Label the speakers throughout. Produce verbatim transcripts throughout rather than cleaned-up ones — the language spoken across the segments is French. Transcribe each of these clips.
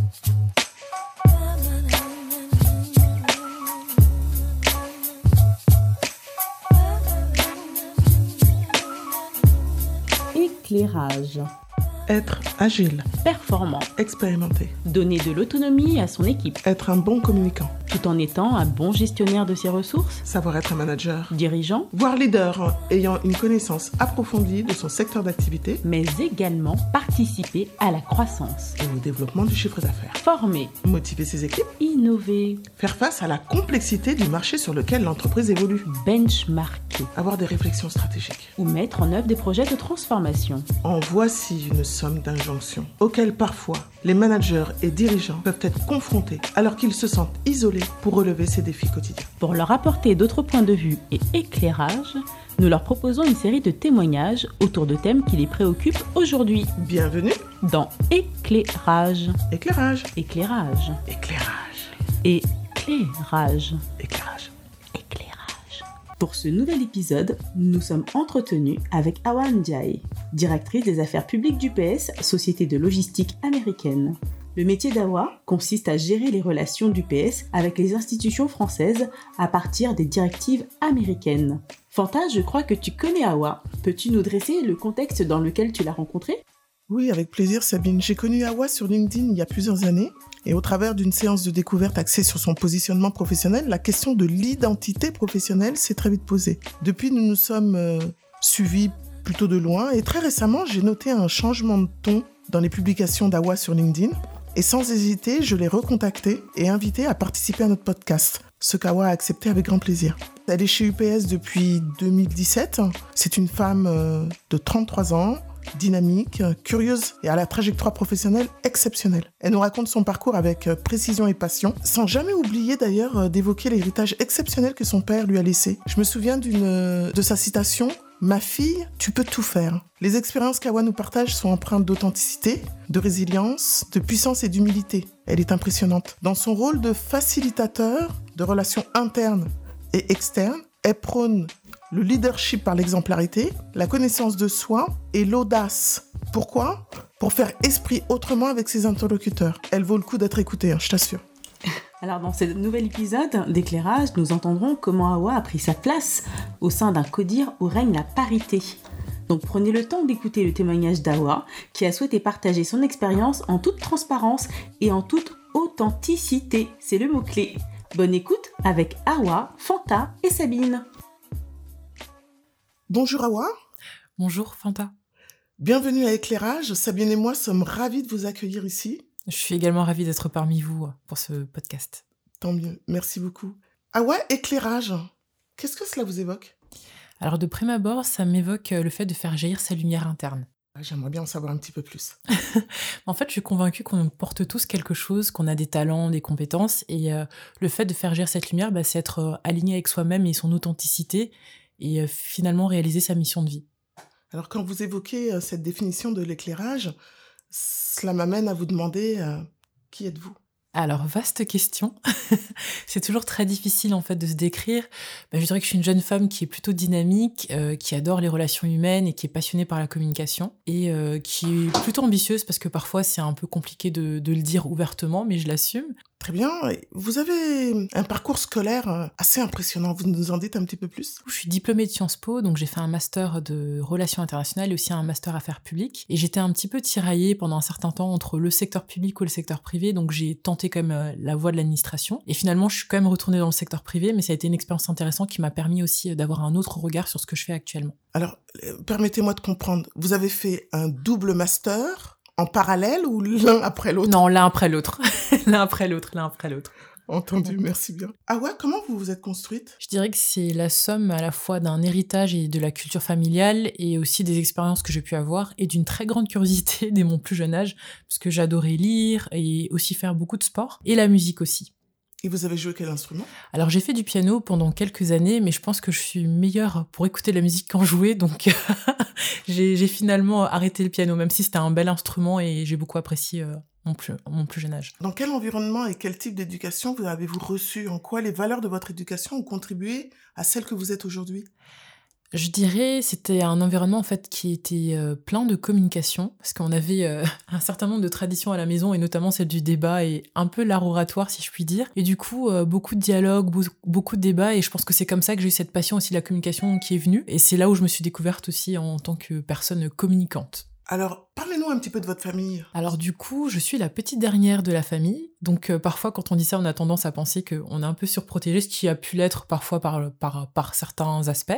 Speaker 1: Éclairage.
Speaker 2: Être agile,
Speaker 1: Performant.
Speaker 2: expérimenté,
Speaker 1: Donner de l'autonomie à son équipe,
Speaker 2: être un bon communicant,
Speaker 1: tout en étant un bon gestionnaire de ses ressources,
Speaker 2: savoir être un manager,
Speaker 1: dirigeant,
Speaker 2: voire leader, ayant une connaissance approfondie de son secteur d'activité
Speaker 1: mais également participer à la croissance,
Speaker 2: et au développement du chiffre d'affaires,
Speaker 1: former,
Speaker 2: motiver ses équipes,
Speaker 1: innover,
Speaker 2: faire face à la complexité du marché sur lequel l'entreprise évolue,
Speaker 1: benchmarker
Speaker 2: avoir des réflexions stratégiques.
Speaker 1: ou mettre en œuvre des projets de transformation.
Speaker 2: En voici une somme d'injonctions auxquelles parfois les managers et dirigeants peuvent être confrontés alors qu'ils se sentent isolés pour relever ces défis quotidiens.
Speaker 1: Pour leur apporter d'autres points de vue et éclairage, nous leur proposons une série de témoignages autour de thèmes qui les préoccupent aujourd'hui
Speaker 2: Bienvenue,
Speaker 1: dans Éclairage.
Speaker 2: éclairage,
Speaker 1: Éclairage.
Speaker 2: éclairage,
Speaker 1: Éclairage.
Speaker 2: éclairage.
Speaker 1: Éclairage. Pour ce nouvel épisode, nous sommes entretenus avec Hawa Ndiaye, directrice des affaires publiques d'U P S, société de logistique américaine. Le métier d'Hawa consiste à gérer les relations d'U P S avec les institutions françaises à partir des directives américaines. Fanta, je crois que tu connais Hawa. Peux-tu nous dresser le contexte dans lequel tu l'as rencontrée ?
Speaker 2: Oui, avec plaisir Sabine. J'ai connu Hawa sur LinkedIn il y a plusieurs années et au travers d'une séance de découverte axée sur son positionnement professionnel, la question de l'identité professionnelle s'est très vite posée. Depuis, nous nous sommes euh, suivis plutôt de loin et très récemment, j'ai noté un changement de ton dans les publications d'Hawa sur LinkedIn et sans hésiter, je l'ai recontactée et invitée à participer à notre podcast, ce qu'Hawa a accepté avec grand plaisir. Elle est chez U P S depuis deux mille dix-sept. C'est une femme euh, de trente-trois ans, dynamique, curieuse et à la trajectoire professionnelle exceptionnelle. Elle nous raconte son parcours avec précision et passion, sans jamais oublier d'ailleurs d'évoquer l'héritage exceptionnel que son père lui a laissé. Je me souviens d'une, de sa citation « Ma fille, tu peux tout faire ». Les expériences qu'Hawa nous partage sont empreintes d'authenticité, de résilience, de puissance et d'humilité. Elle est impressionnante. Dans son rôle de facilitateur de relations internes et externes, elle prône le leadership par l'exemplarité, la connaissance de soi et l'audace. Pourquoi ? Pour faire esprit autrement avec ses interlocuteurs. Elle vaut le coup d'être écoutée, hein, je t'assure.
Speaker 1: Alors dans ce nouvel épisode d'éclairage, nous entendrons comment Hawa a pris sa place au sein d'un codir où règne la parité. Donc prenez le temps d'écouter le témoignage d'Hawa qui a souhaité partager son expérience en toute transparence et en toute authenticité. C'est le mot-clé. Bonne écoute avec Hawa, Fanta et Sabine.
Speaker 2: Bonjour Hawa.
Speaker 3: Bonjour Fanta.
Speaker 2: Bienvenue à Éclairage. Sabine et moi sommes ravis de vous accueillir ici.
Speaker 3: Je suis également ravie d'être parmi vous pour ce podcast.
Speaker 2: Tant mieux, merci beaucoup. Hawa, Éclairage, qu'est-ce que cela vous évoque ?
Speaker 3: Alors de prime abord, ça m'évoque le fait de faire jaillir sa lumière interne.
Speaker 2: J'aimerais bien en savoir un petit peu plus.
Speaker 3: En fait, je suis convaincue qu'on porte tous quelque chose, qu'on a des talents, des compétences, et euh, le fait de faire jaillir cette lumière, bah, c'est être euh, aligné avec soi-même et son authenticité, et euh, finalement réaliser sa mission de vie.
Speaker 2: Alors quand vous évoquez euh, cette définition de l'éclairage, cela m'amène à vous demander euh, qui êtes-vous ?
Speaker 3: Alors, vaste question. C'est toujours très difficile en fait de se décrire. Ben, je dirais que je suis une jeune femme qui est plutôt dynamique, euh, qui adore les relations humaines et qui est passionnée par la communication et euh, qui est plutôt ambitieuse parce que parfois c'est un peu compliqué de, de le dire ouvertement, mais je l'assume.
Speaker 2: Très bien. Vous avez un parcours scolaire assez impressionnant. Vous nous en dites un petit peu plus ?
Speaker 3: Je suis diplômée de Sciences Po, donc j'ai fait un master de relations internationales et aussi un master affaires publiques. Et j'étais un petit peu tiraillée pendant un certain temps entre le secteur public ou le secteur privé, donc j'ai tenté quand même la voie de l'administration. Et finalement, je suis quand même retournée dans le secteur privé, mais ça a été une expérience intéressante qui m'a permis aussi d'avoir un autre regard sur ce que je fais actuellement.
Speaker 2: Alors, permettez-moi de comprendre. Vous avez fait un double master en parallèle ou l'un après l'autre ?
Speaker 3: Non, l'un après l'autre. l'un après l'autre, l'un après l'autre.
Speaker 2: Entendu, merci bien. Ah ouais, comment vous vous êtes construite ?
Speaker 3: Je dirais que c'est la somme à la fois d'un héritage et de la culture familiale et aussi des expériences que j'ai pu avoir et d'une très grande curiosité dès mon plus jeune âge parce que j'adorais lire et aussi faire beaucoup de sport et la musique aussi.
Speaker 2: Et vous avez joué quel instrument ?
Speaker 3: Alors j'ai fait du piano pendant quelques années, mais je pense que je suis meilleure pour écouter de la musique qu'en jouer, donc j'ai, j'ai finalement arrêté le piano, même si c'était un bel instrument et j'ai beaucoup apprécié euh, mon, plus, mon plus jeune âge.
Speaker 2: Dans quel environnement et quel type d'éducation vous avez-vous reçu ? En quoi les valeurs de votre éducation ont contribué à celle que vous êtes aujourd'hui ?
Speaker 3: Je dirais c'était un environnement en fait qui était euh, plein de communication parce qu'on avait euh, un certain nombre de traditions à la maison et notamment celle du débat et un peu l'art oratoire si je puis dire. Et du coup euh, beaucoup de dialogues, be- beaucoup de débats et je pense que c'est comme ça que j'ai eu cette passion aussi de la communication qui est venue et c'est là où je me suis découverte aussi en tant que personne communicante.
Speaker 2: Alors, parlez-nous un petit peu de votre famille.
Speaker 3: Alors du coup, je suis la petite dernière de la famille. Donc euh, parfois, quand on dit ça, on a tendance à penser qu'on est un peu surprotégé, ce qui a pu l'être parfois par, par, par certains aspects.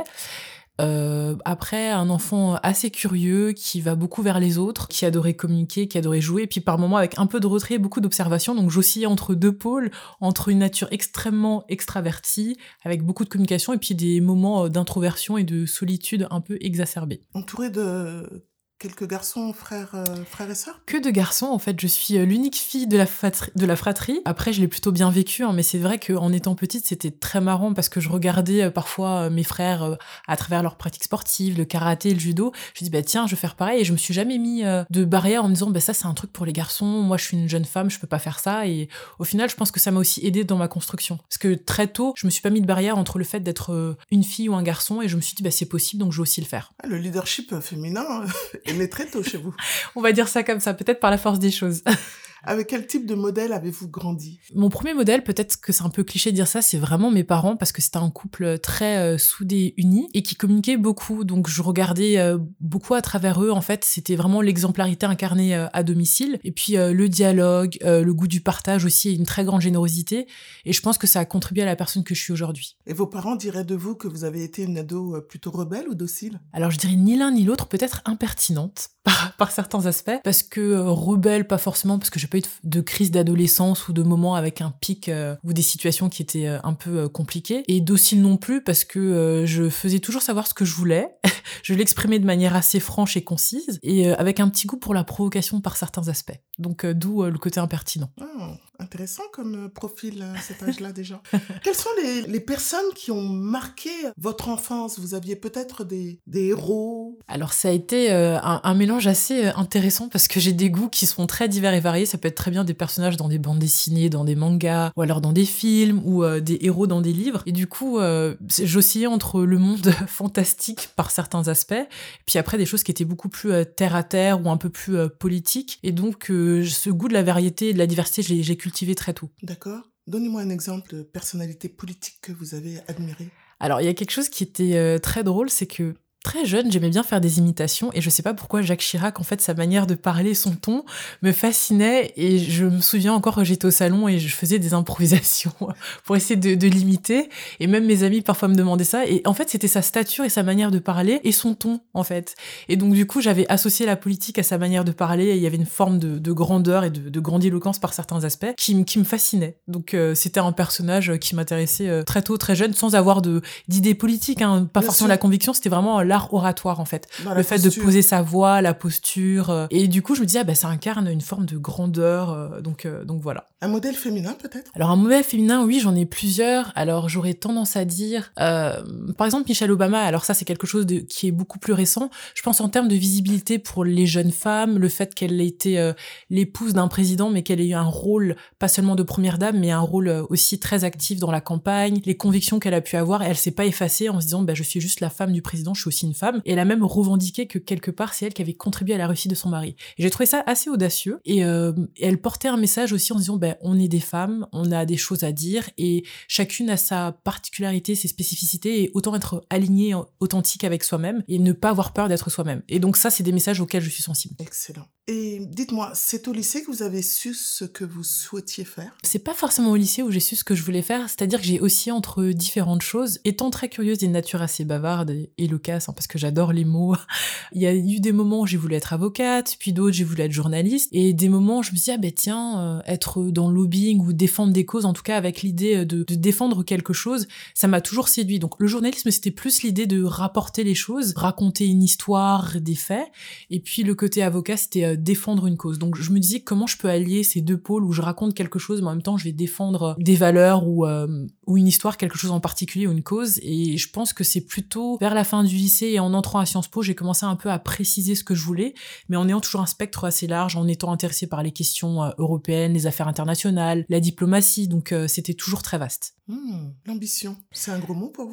Speaker 3: Euh, après, un enfant assez curieux, qui va beaucoup vers les autres, qui adorait communiquer, qui adorait jouer, et puis par moments avec un peu de retrait, beaucoup d'observation. Donc j'oscillais entre deux pôles, entre une nature extrêmement extravertie, avec beaucoup de communication, et puis des moments d'introversion et de solitude un peu exacerbés.
Speaker 2: Entouré de quelques garçons, frères, euh, frères et sœurs?
Speaker 3: Que de garçons, en fait. Je suis l'unique fille de la, fatri- de la fratrie. Après, je l'ai plutôt bien vécu, hein, mais c'est vrai qu'en étant petite, c'était très marrant parce que je regardais euh, parfois euh, mes frères euh, à travers leurs pratiques sportives, le karaté, le judo. Je dis, bah tiens, je vais faire pareil. Et je me suis jamais mis euh, de barrière en me disant, bah ça, c'est un truc pour les garçons. Moi, je suis une jeune femme, je peux pas faire ça. Et au final, je pense que ça m'a aussi aidée dans ma construction. Parce que très tôt, je me suis pas mis de barrière entre le fait d'être euh, une fille ou un garçon. Et je me suis dit, bah c'est possible, donc je vais aussi le faire.
Speaker 2: Ah, le leadership féminin est né très tôt chez vous.
Speaker 3: On va dire ça comme ça, peut-être par la force des choses.
Speaker 2: Avec quel type de modèle avez-vous grandi?
Speaker 3: Mon premier modèle, peut-être que c'est un peu cliché de dire ça, c'est vraiment mes parents parce que c'était un couple très euh, soudé, uni et qui communiquait beaucoup. Donc je regardais euh, beaucoup à travers eux. En fait, c'était vraiment l'exemplarité incarnée euh, à domicile. Et puis euh, le dialogue, euh, le goût du partage aussi et une très grande générosité. Et je pense que ça a contribué à la personne que je suis aujourd'hui.
Speaker 2: Et vos parents diraient de vous que vous avez été une ado plutôt rebelle ou docile?
Speaker 3: Alors je dirais ni l'un ni l'autre, peut-être impertinente par, par certains aspects. Parce que euh, rebelle, pas forcément, parce que j'ai pas eu de, de crise d'adolescence ou de moments avec un pic euh, ou des situations qui étaient euh, un peu euh, compliquées. Et docile non plus, parce que euh, je faisais toujours savoir ce que je voulais. Je l'exprimais de manière assez franche et concise, et euh, avec un petit goût pour la provocation par certains aspects. Donc euh, d'où euh, le côté impertinent.
Speaker 2: Oh, intéressant comme euh, profil à cet âge-là déjà. Quelles sont les, les personnes qui ont marqué votre enfance? Vous aviez peut-être des, des héros?
Speaker 3: Alors ça a été euh, un, un mélange assez euh, intéressant parce que j'ai des goûts qui sont très divers et variés. Ça peut être très bien des personnages dans des bandes dessinées, dans des mangas, ou alors dans des films, ou euh, des héros dans des livres. Et du coup, euh, j'oscillais entre le monde fantastique par certains aspects, puis après des choses qui étaient beaucoup plus euh, terre à terre ou un peu plus euh, politiques. Et donc euh, ce goût de la variété et de la diversité, je l'ai, j'ai cultivé très tôt.
Speaker 2: D'accord. Donnez-moi un exemple de personnalité politique que vous avez admirée.
Speaker 3: Alors il y a quelque chose qui était euh, très drôle, c'est que très jeune, j'aimais bien faire des imitations et je sais pas pourquoi Jacques Chirac, en fait, sa manière de parler, son ton, me fascinait et je me souviens encore que j'étais au salon et je faisais des improvisations pour essayer de, de l'imiter et même mes amis parfois me demandaient ça et en fait, c'était sa stature et sa manière de parler et son ton, en fait. Et donc, du coup, j'avais associé la politique à sa manière de parler et il y avait une forme de, de grandeur et de, de grandiloquence par certains aspects qui, qui me fascinait. Donc, euh, c'était un personnage qui m'intéressait euh, très tôt, très jeune, sans avoir de, d'idées politiques, hein, pas
Speaker 2: Bien
Speaker 3: forcément
Speaker 2: sûr.
Speaker 3: La conviction, c'était vraiment l'art oratoire en fait,
Speaker 2: Dans la
Speaker 3: le fait
Speaker 2: posture.
Speaker 3: de poser sa voix, la posture euh, et du coup je me disais ah bah ça incarne une forme de grandeur euh, donc euh, donc voilà.
Speaker 2: Un modèle féminin peut-être?
Speaker 3: Alors un modèle féminin, oui, j'en ai plusieurs. Alors j'aurais tendance à dire euh, par exemple Michelle Obama. Alors ça c'est quelque chose de qui est beaucoup plus récent. Je pense en termes de visibilité pour les jeunes femmes, le fait qu'elle ait été euh, l'épouse d'un président mais qu'elle ait eu un rôle pas seulement de première dame mais un rôle euh, aussi très actif dans la campagne, les convictions qu'elle a pu avoir, et elle s'est pas effacée en se disant bah je suis juste la femme du président, je suis aussi une femme, et elle a même revendiqué que quelque part c'est elle qui avait contribué à la réussite de son mari. Et j'ai trouvé ça assez audacieux et, euh, et elle portait un message aussi en disant ben on est des femmes, on a des choses à dire et chacune a sa particularité, ses spécificités et autant être alignée, authentique avec soi-même et ne pas avoir peur d'être soi-même. Et donc ça c'est des messages auxquels je suis sensible.
Speaker 2: Excellent. Et dites-moi, c'est au lycée que vous avez su ce que vous souhaitiez faire?
Speaker 3: C'est pas forcément au lycée où j'ai su ce que je voulais faire, c'est-à-dire que j'ai oscillé entre différentes choses, étant très curieuse et de nature assez bavarde et, et loquace, hein, parce que j'adore les mots. Il y a eu des moments où j'ai voulu être avocate, puis d'autres j'ai voulu être journaliste, et des moments où je me dis ah ben tiens, euh, être dans le lobbying ou défendre des causes, en tout cas avec l'idée de, de défendre quelque chose, ça m'a toujours séduit. Donc le journalisme c'était plus l'idée de rapporter les choses, raconter une histoire, des faits, et puis le côté avocat c'était euh, défendre une cause. Donc je me disais comment je peux allier ces deux pôles où je raconte quelque chose mais en même temps je vais défendre des valeurs ou euh, ou une histoire, quelque chose en particulier ou une cause. Et je pense que c'est plutôt vers la fin du lycée et en entrant à Sciences Po, j'ai commencé un peu à préciser ce que je voulais, mais en ayant toujours un spectre assez large, en étant intéressée par les questions euh, européennes, les affaires internationales, la diplomatie, donc euh, c'était toujours très vaste.
Speaker 2: Hmm, l'ambition, c'est un gros mot pour vous?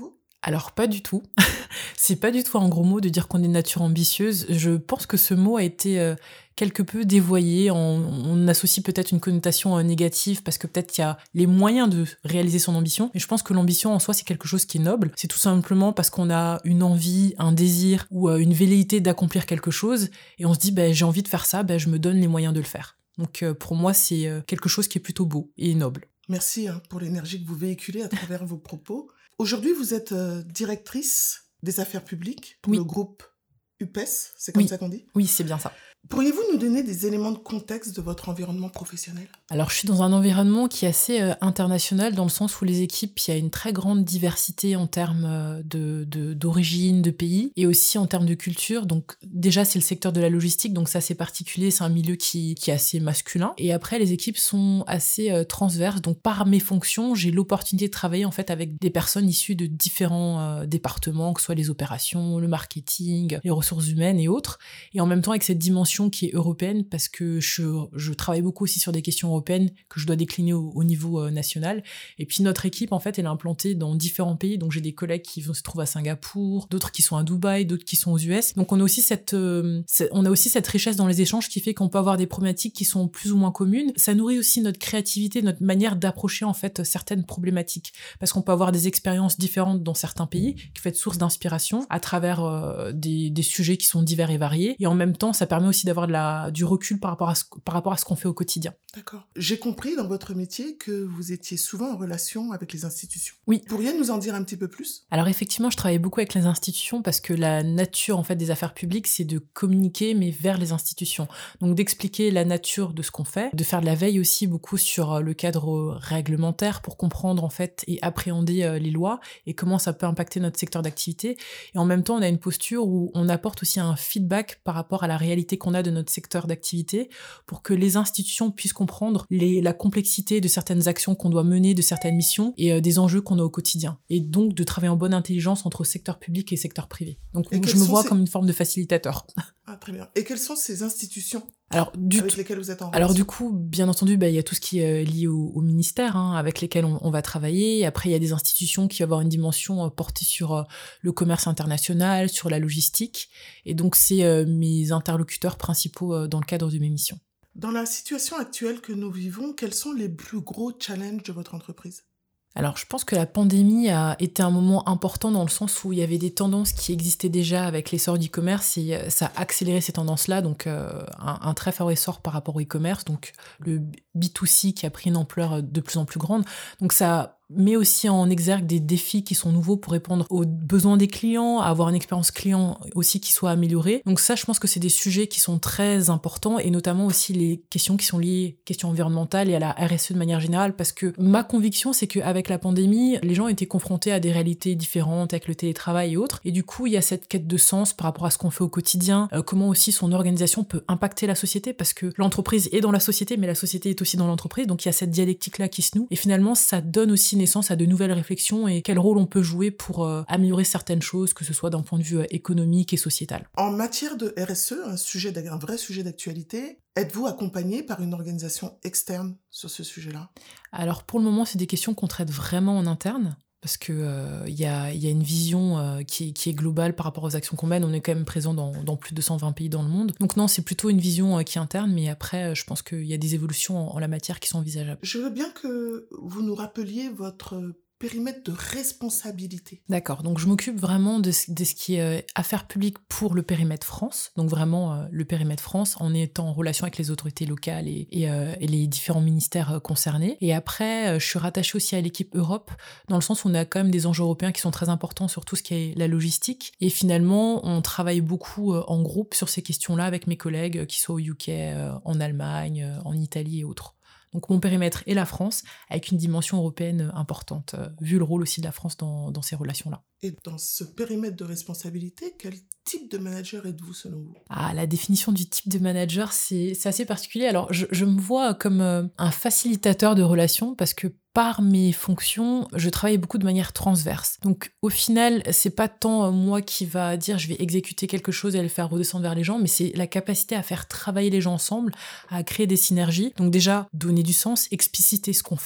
Speaker 3: Alors pas du tout. C'est pas du tout un gros mot de dire qu'on est de nature ambitieuse. Je pense que ce mot a été euh, quelque peu dévoyé. On, on associe peut-être une connotation euh, négative parce que peut-être il y a les moyens de réaliser son ambition. Mais je pense que l'ambition en soi, c'est quelque chose qui est noble. C'est tout simplement parce qu'on a une envie, un désir ou euh, une velléité d'accomplir quelque chose et on se dit bah, j'ai envie de faire ça, bah, je me donne les moyens de le faire. Donc euh, pour moi, c'est euh, quelque chose qui est plutôt beau et noble.
Speaker 2: Merci hein, pour l'énergie que vous véhiculez à travers vos propos. Aujourd'hui, vous êtes euh, directrice des affaires publiques pour
Speaker 3: oui.
Speaker 2: le groupe U P E S, c'est comme
Speaker 3: oui.
Speaker 2: ça qu'on dit ?
Speaker 3: Oui, c'est bien ça.
Speaker 2: Pourriez-vous nous donner des éléments de contexte de votre environnement professionnel ?
Speaker 3: Alors, je suis dans un environnement qui est assez euh, international dans le sens où les équipes, il y a une très grande diversité en termes euh, de, de, d'origine, de pays, et aussi en termes de culture. Donc, déjà, c'est le secteur de la logistique, donc ça, c'est particulier, c'est un milieu qui, qui est assez masculin. Et après, les équipes sont assez euh, transverses. Donc, par mes fonctions, j'ai l'opportunité de travailler en fait avec des personnes issues de différents euh, départements, que ce soit les opérations, le marketing, les ressources humaines et autres. Et en même temps, avec cette dimension qui est européenne parce que je, je travaille beaucoup aussi sur des questions européennes que je dois décliner au, au niveau euh, national. Et puis notre équipe, en fait, elle est implantée dans différents pays. Donc j'ai des collègues qui se trouvent à Singapour, d'autres qui sont à Dubaï, d'autres qui sont aux U S. Donc on a aussi cette, euh, cette, on a aussi cette richesse dans les échanges qui fait qu'on peut avoir des problématiques qui sont plus ou moins communes. Ça nourrit aussi notre créativité, notre manière d'approcher en fait certaines problématiques parce qu'on peut avoir des expériences différentes dans certains pays qui fait source d'inspiration à travers euh, des, des sujets qui sont divers et variés. Et en même temps, ça permet aussi d'avoir de la, du recul par rapport à ce, par rapport à ce qu'on fait au quotidien.
Speaker 2: D'accord. J'ai compris dans votre métier que vous étiez souvent en relation avec les institutions.
Speaker 3: Oui.
Speaker 2: Pourriez nous en dire un petit peu plus ?
Speaker 3: Alors effectivement, je travaille beaucoup avec les institutions parce que la nature en fait des affaires publiques, c'est de communiquer mais vers les institutions. Donc d'expliquer la nature de ce qu'on fait, de faire de la veille aussi beaucoup sur le cadre réglementaire pour comprendre en fait et appréhender les lois et comment ça peut impacter notre secteur d'activité. Et en même temps, on a une posture où on apporte aussi un feedback par rapport à la réalité qu'on a de notre secteur d'activité pour que les institutions puissent comprendre les, la complexité de certaines actions qu'on doit mener, de certaines missions et euh, des enjeux qu'on a au quotidien. Et donc de travailler en bonne intelligence entre secteur public et secteur privé. Donc
Speaker 2: et
Speaker 3: je me vois
Speaker 2: ces...
Speaker 3: comme une forme de facilitateur.
Speaker 2: Ah, très bien. Et quelles sont ces institutions
Speaker 3: Alors, du
Speaker 2: avec
Speaker 3: t-
Speaker 2: lesquelles vous êtes en relation ?
Speaker 3: Alors du coup, bien entendu, bah, y a tout ce qui est euh, lié au, au ministère, hein, avec lesquels on, on va travailler. Et après, il y a des institutions qui vont avoir une dimension euh, portée sur euh, le commerce international, sur la logistique. Et donc, c'est euh, mes interlocuteurs principaux euh, dans le cadre de mes missions.
Speaker 2: Dans la situation actuelle que nous vivons, quels sont les plus gros challenges de votre entreprise ?
Speaker 3: Alors, je pense que la pandémie a été un moment important dans le sens où il y avait des tendances qui existaient déjà avec l'essor du e-commerce et ça a accéléré ces tendances-là, donc euh, un, un très fort essor par rapport au e-commerce, donc le B deux C qui a pris une ampleur de plus en plus grande. Donc ça met aussi en exergue des défis qui sont nouveaux pour répondre aux besoins des clients, avoir une expérience client aussi qui soit améliorée. Donc ça, je pense que c'est des sujets qui sont très importants et notamment aussi les questions qui sont liées, questions environnementales et à la R S E de manière générale, parce que ma conviction, c'est qu'avec la pandémie, les gens étaient confrontés à des réalités différentes avec le télétravail et autres. Et du coup, il y a cette quête de sens par rapport à ce qu'on fait au quotidien, euh, comment aussi son organisation peut impacter la société, parce que l'entreprise est dans la société, mais la société est aussi dans l'entreprise. Donc il y a cette dialectique-là qui se noue. Et finalement, ça donne aussi naissance à de nouvelles réflexions et quel rôle on peut jouer pour euh, améliorer certaines choses, que ce soit d'un point de vue euh, économique et sociétal.
Speaker 2: En matière de R S E, un, sujet, un vrai sujet d'actualité, êtes-vous accompagné par une organisation externe sur ce sujet-là ?
Speaker 3: Alors pour le moment, c'est des questions qu'on traite vraiment en interne. Parce qu'il euh, y, a, y a une vision euh, qui, est, qui est globale par rapport aux actions qu'on mène. On est quand même présent dans, dans plus de cent vingt pays dans le monde. Donc non, c'est plutôt une vision euh, qui est interne, mais après, euh, je pense qu'il y a des évolutions en, en la matière qui sont envisageables.
Speaker 2: Je veux bien que vous nous rappeliez votre périmètre de responsabilité.
Speaker 3: D'accord, donc je m'occupe vraiment de ce, de ce qui est euh, affaires publiques pour le périmètre France, donc vraiment euh, le périmètre France en étant en relation avec les autorités locales et, et, euh, et les différents ministères euh, concernés. Et après, euh, je suis rattachée aussi à l'équipe Europe, dans le sens où on a quand même des enjeux européens qui sont très importants sur tout ce qui est la logistique. Et finalement, on travaille beaucoup euh, en groupe sur ces questions-là avec mes collègues, euh, qui soient au U K, euh, en Allemagne, euh, en Italie et autres. Donc mon périmètre est la France, avec une dimension européenne importante, euh, vu le rôle aussi de la France dans, dans ces relations-là.
Speaker 2: Et dans ce périmètre de responsabilité, quel type de manager êtes-vous selon vous ?
Speaker 3: Ah, la définition du type de manager, c'est, c'est assez particulier. Alors, je, je me vois comme euh, un facilitateur de relations parce que par mes fonctions, je travaille beaucoup de manière transverse. Donc, au final, c'est pas tant euh, moi qui va dire je vais exécuter quelque chose et le faire redescendre vers les gens, mais c'est la capacité à faire travailler les gens ensemble, à créer des synergies. Donc déjà, donner du sens, expliciter ce qu'on fait,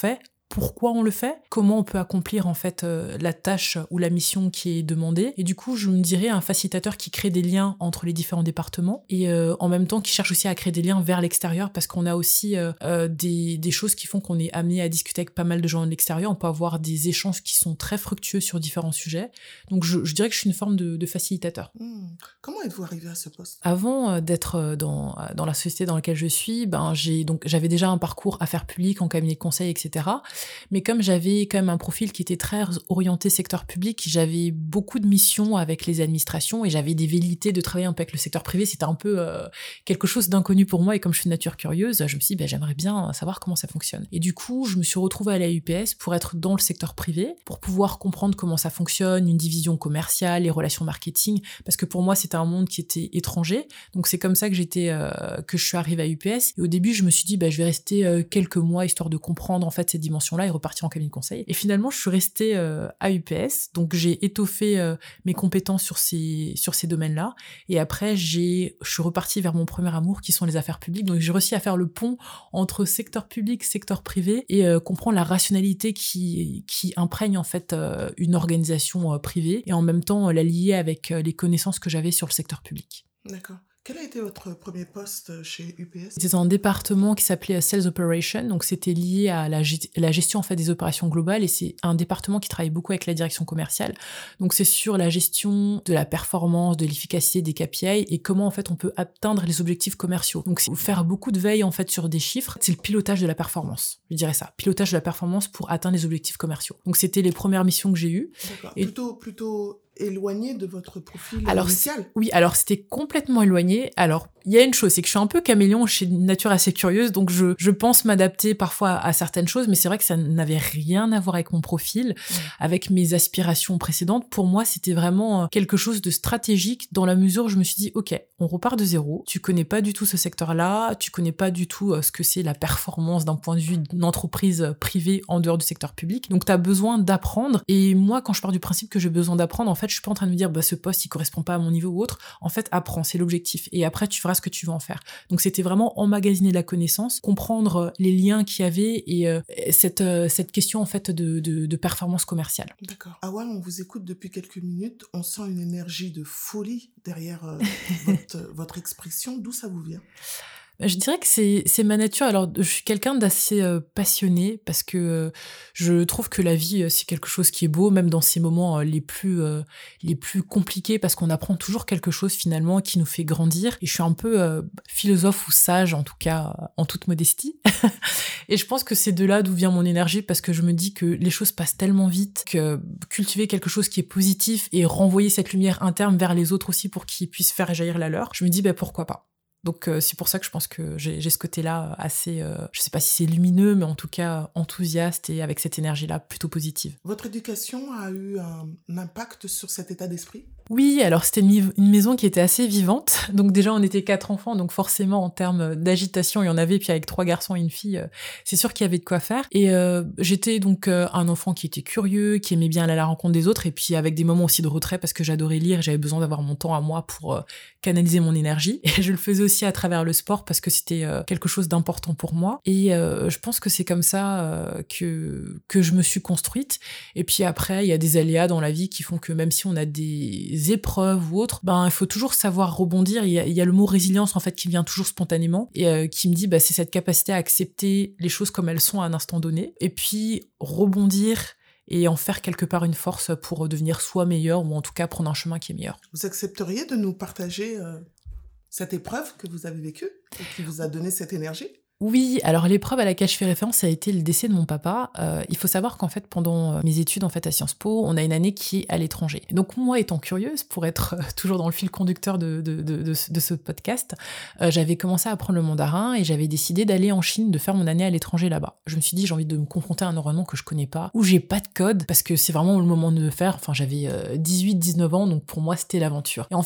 Speaker 3: pourquoi on le fait, comment on peut accomplir en fait euh, la tâche ou la mission qui est demandée. Et du coup, je me dirais un facilitateur qui crée des liens entre les différents départements et euh, en même temps qui cherche aussi à créer des liens vers l'extérieur parce qu'on a aussi euh, euh, des, des choses qui font qu'on est amené à discuter avec pas mal de gens de l'extérieur. On peut avoir des échanges qui sont très fructueux sur différents sujets. Donc, je, je dirais que je suis une forme de, de facilitateur.
Speaker 2: Mmh. Comment êtes-vous arrivé à ce poste ?
Speaker 3: Avant euh, d'être dans, dans la société dans laquelle je suis, ben, j'ai, donc, j'avais déjà un parcours affaires publiques en cabinet de conseil, et cetera. Mais comme j'avais quand même un profil qui était très orienté secteur public, j'avais beaucoup de missions avec les administrations et j'avais des velléités de travailler un peu avec le secteur privé. C'était un peu euh, quelque chose d'inconnu pour moi et comme je suis de nature curieuse, je me suis dit, ben, j'aimerais bien savoir comment ça fonctionne. Et du coup, je me suis retrouvée à la U P S pour être dans le secteur privé, pour pouvoir comprendre comment ça fonctionne, une division commerciale, les relations marketing, parce que pour moi, c'était un monde qui était étranger. Donc c'est comme ça que j'étais, euh, que je suis arrivée à U P S. Et au début, je me suis dit, ben, je vais rester euh, quelques mois histoire de comprendre en fait cette dimension-là et repartir en cabinet de conseil. Et finalement, je suis restée euh, à U P S, donc j'ai étoffé euh, mes compétences sur ces sur ces domaines-là. Et après, j'ai, je suis repartie vers mon premier amour, qui sont les affaires publiques. Donc j'ai réussi à faire le pont entre secteur public, secteur privé, et euh, comprendre la rationalité qui qui imprègne en fait euh, une organisation euh, privée, et en même temps euh, la lier avec euh, les connaissances que j'avais sur le secteur public.
Speaker 2: D'accord. Quel a été votre premier poste chez U P S ?
Speaker 3: C'était un département qui s'appelait Sales Operation, donc c'était lié à la, la gestion en fait des opérations globales, et c'est un département qui travaille beaucoup avec la direction commerciale. Donc c'est sur la gestion de la performance, de l'efficacité des K P I et comment en fait on peut atteindre les objectifs commerciaux. Donc c'est faire beaucoup de veille en fait sur des chiffres, c'est le pilotage de la performance. Je dirais ça, pilotage de la performance pour atteindre les objectifs commerciaux. Donc c'était les premières missions que j'ai eues.
Speaker 2: D'accord.
Speaker 3: Et...
Speaker 2: Plutôt éloigné de votre profil
Speaker 3: alors,
Speaker 2: initial ?
Speaker 3: Oui, alors c'était complètement éloigné. Alors, il y a une chose, c'est que je suis un peu caméléon, je suis d'une nature assez curieuse, donc je, je pense m'adapter parfois à certaines choses, mais c'est vrai que ça n'avait rien à voir avec mon profil, mmh. avec mes aspirations précédentes. Pour moi, c'était vraiment quelque chose de stratégique dans la mesure où je me suis dit, ok, on repart de zéro, tu connais pas du tout ce secteur-là, tu connais pas du tout ce que c'est la performance d'un point de vue d'une entreprise privée en dehors du secteur public, donc tu as besoin d'apprendre. Et moi, quand je pars du principe que j'ai besoin d'apprendre, en fait, je suis pas en train de me dire, bah, ce poste, il correspond pas à mon niveau ou autre. En fait, apprends, c'est l'objectif. Et après, tu feras ce que tu veux en faire. Donc, c'était vraiment emmagasiner la connaissance, comprendre les liens qu'il y avait et euh, cette, euh, cette question, en fait, de, de, de performance commerciale.
Speaker 2: D'accord. Awan, on vous écoute depuis quelques minutes. On sent une énergie de folie derrière euh, votre, votre expression. D'où ça vous vient ?
Speaker 3: Je dirais que c'est, c'est ma nature. Alors, je suis quelqu'un d'assez euh, passionné parce que euh, je trouve que la vie, euh, c'est quelque chose qui est beau, même dans ces moments euh, les plus euh, les plus compliqués, parce qu'on apprend toujours quelque chose finalement qui nous fait grandir. Et je suis un peu euh, philosophe ou sage, en tout cas, euh, en toute modestie. Et je pense que c'est de là d'où vient mon énergie, parce que je me dis que les choses passent tellement vite que cultiver quelque chose qui est positif et renvoyer cette lumière interne vers les autres aussi pour qu'ils puissent faire jaillir la leur, je me dis, bah, pourquoi pas. Donc euh, c'est pour ça que je pense que j'ai, j'ai ce côté-là assez, euh, je sais pas si c'est lumineux, mais en tout cas enthousiaste et avec cette énergie-là plutôt positive.
Speaker 2: Votre éducation a eu un, un impact sur cet état d'esprit ?
Speaker 3: Oui, alors c'était une, une maison qui était assez vivante. Donc déjà, on était quatre enfants, donc forcément, en termes d'agitation, il y en avait. Puis avec trois garçons et une fille, euh, c'est sûr qu'il y avait de quoi faire. Et euh, j'étais donc euh, un enfant qui était curieux, qui aimait bien aller à la rencontre des autres, et puis avec des moments aussi de retrait, parce que j'adorais lire, j'avais besoin d'avoir mon temps à moi pour euh, canaliser mon énergie. Et je le faisais aussi à travers le sport, parce que c'était euh, quelque chose d'important pour moi. Et euh, je pense que c'est comme ça euh, que, que je me suis construite. Et puis après, il y a des aléas dans la vie qui font que même si on a des épreuves ou autres, ben il faut toujours savoir rebondir. Il y a, il y a le mot résilience en fait qui vient toujours spontanément et euh, qui me dit bah c'est cette capacité à accepter les choses comme elles sont à un instant donné et puis rebondir et en faire quelque part une force pour devenir soit meilleur ou en tout cas prendre un chemin qui est meilleur.
Speaker 2: Vous accepteriez de nous partager euh, cette épreuve que vous avez vécue et qui vous a donné cette énergie ?
Speaker 3: Oui, alors l'épreuve à laquelle je fais référence, ça a été le décès de mon papa. Euh, il faut savoir qu'en fait, pendant mes études en fait à Sciences Po, on a une année qui est à l'étranger. Donc moi, étant curieuse, pour être euh, toujours dans le fil conducteur de, de, de, de, de ce podcast, euh, j'avais commencé à apprendre le mandarin et j'avais décidé d'aller en Chine, de faire mon année à l'étranger là-bas. Je me suis dit, j'ai envie de me confronter à un environnement que je connais pas, où j'ai pas de code, parce que c'est vraiment le moment de le faire. Enfin, j'avais euh, dix-huit dix-neuf ans, donc pour moi, c'était l'aventure. Et en fait,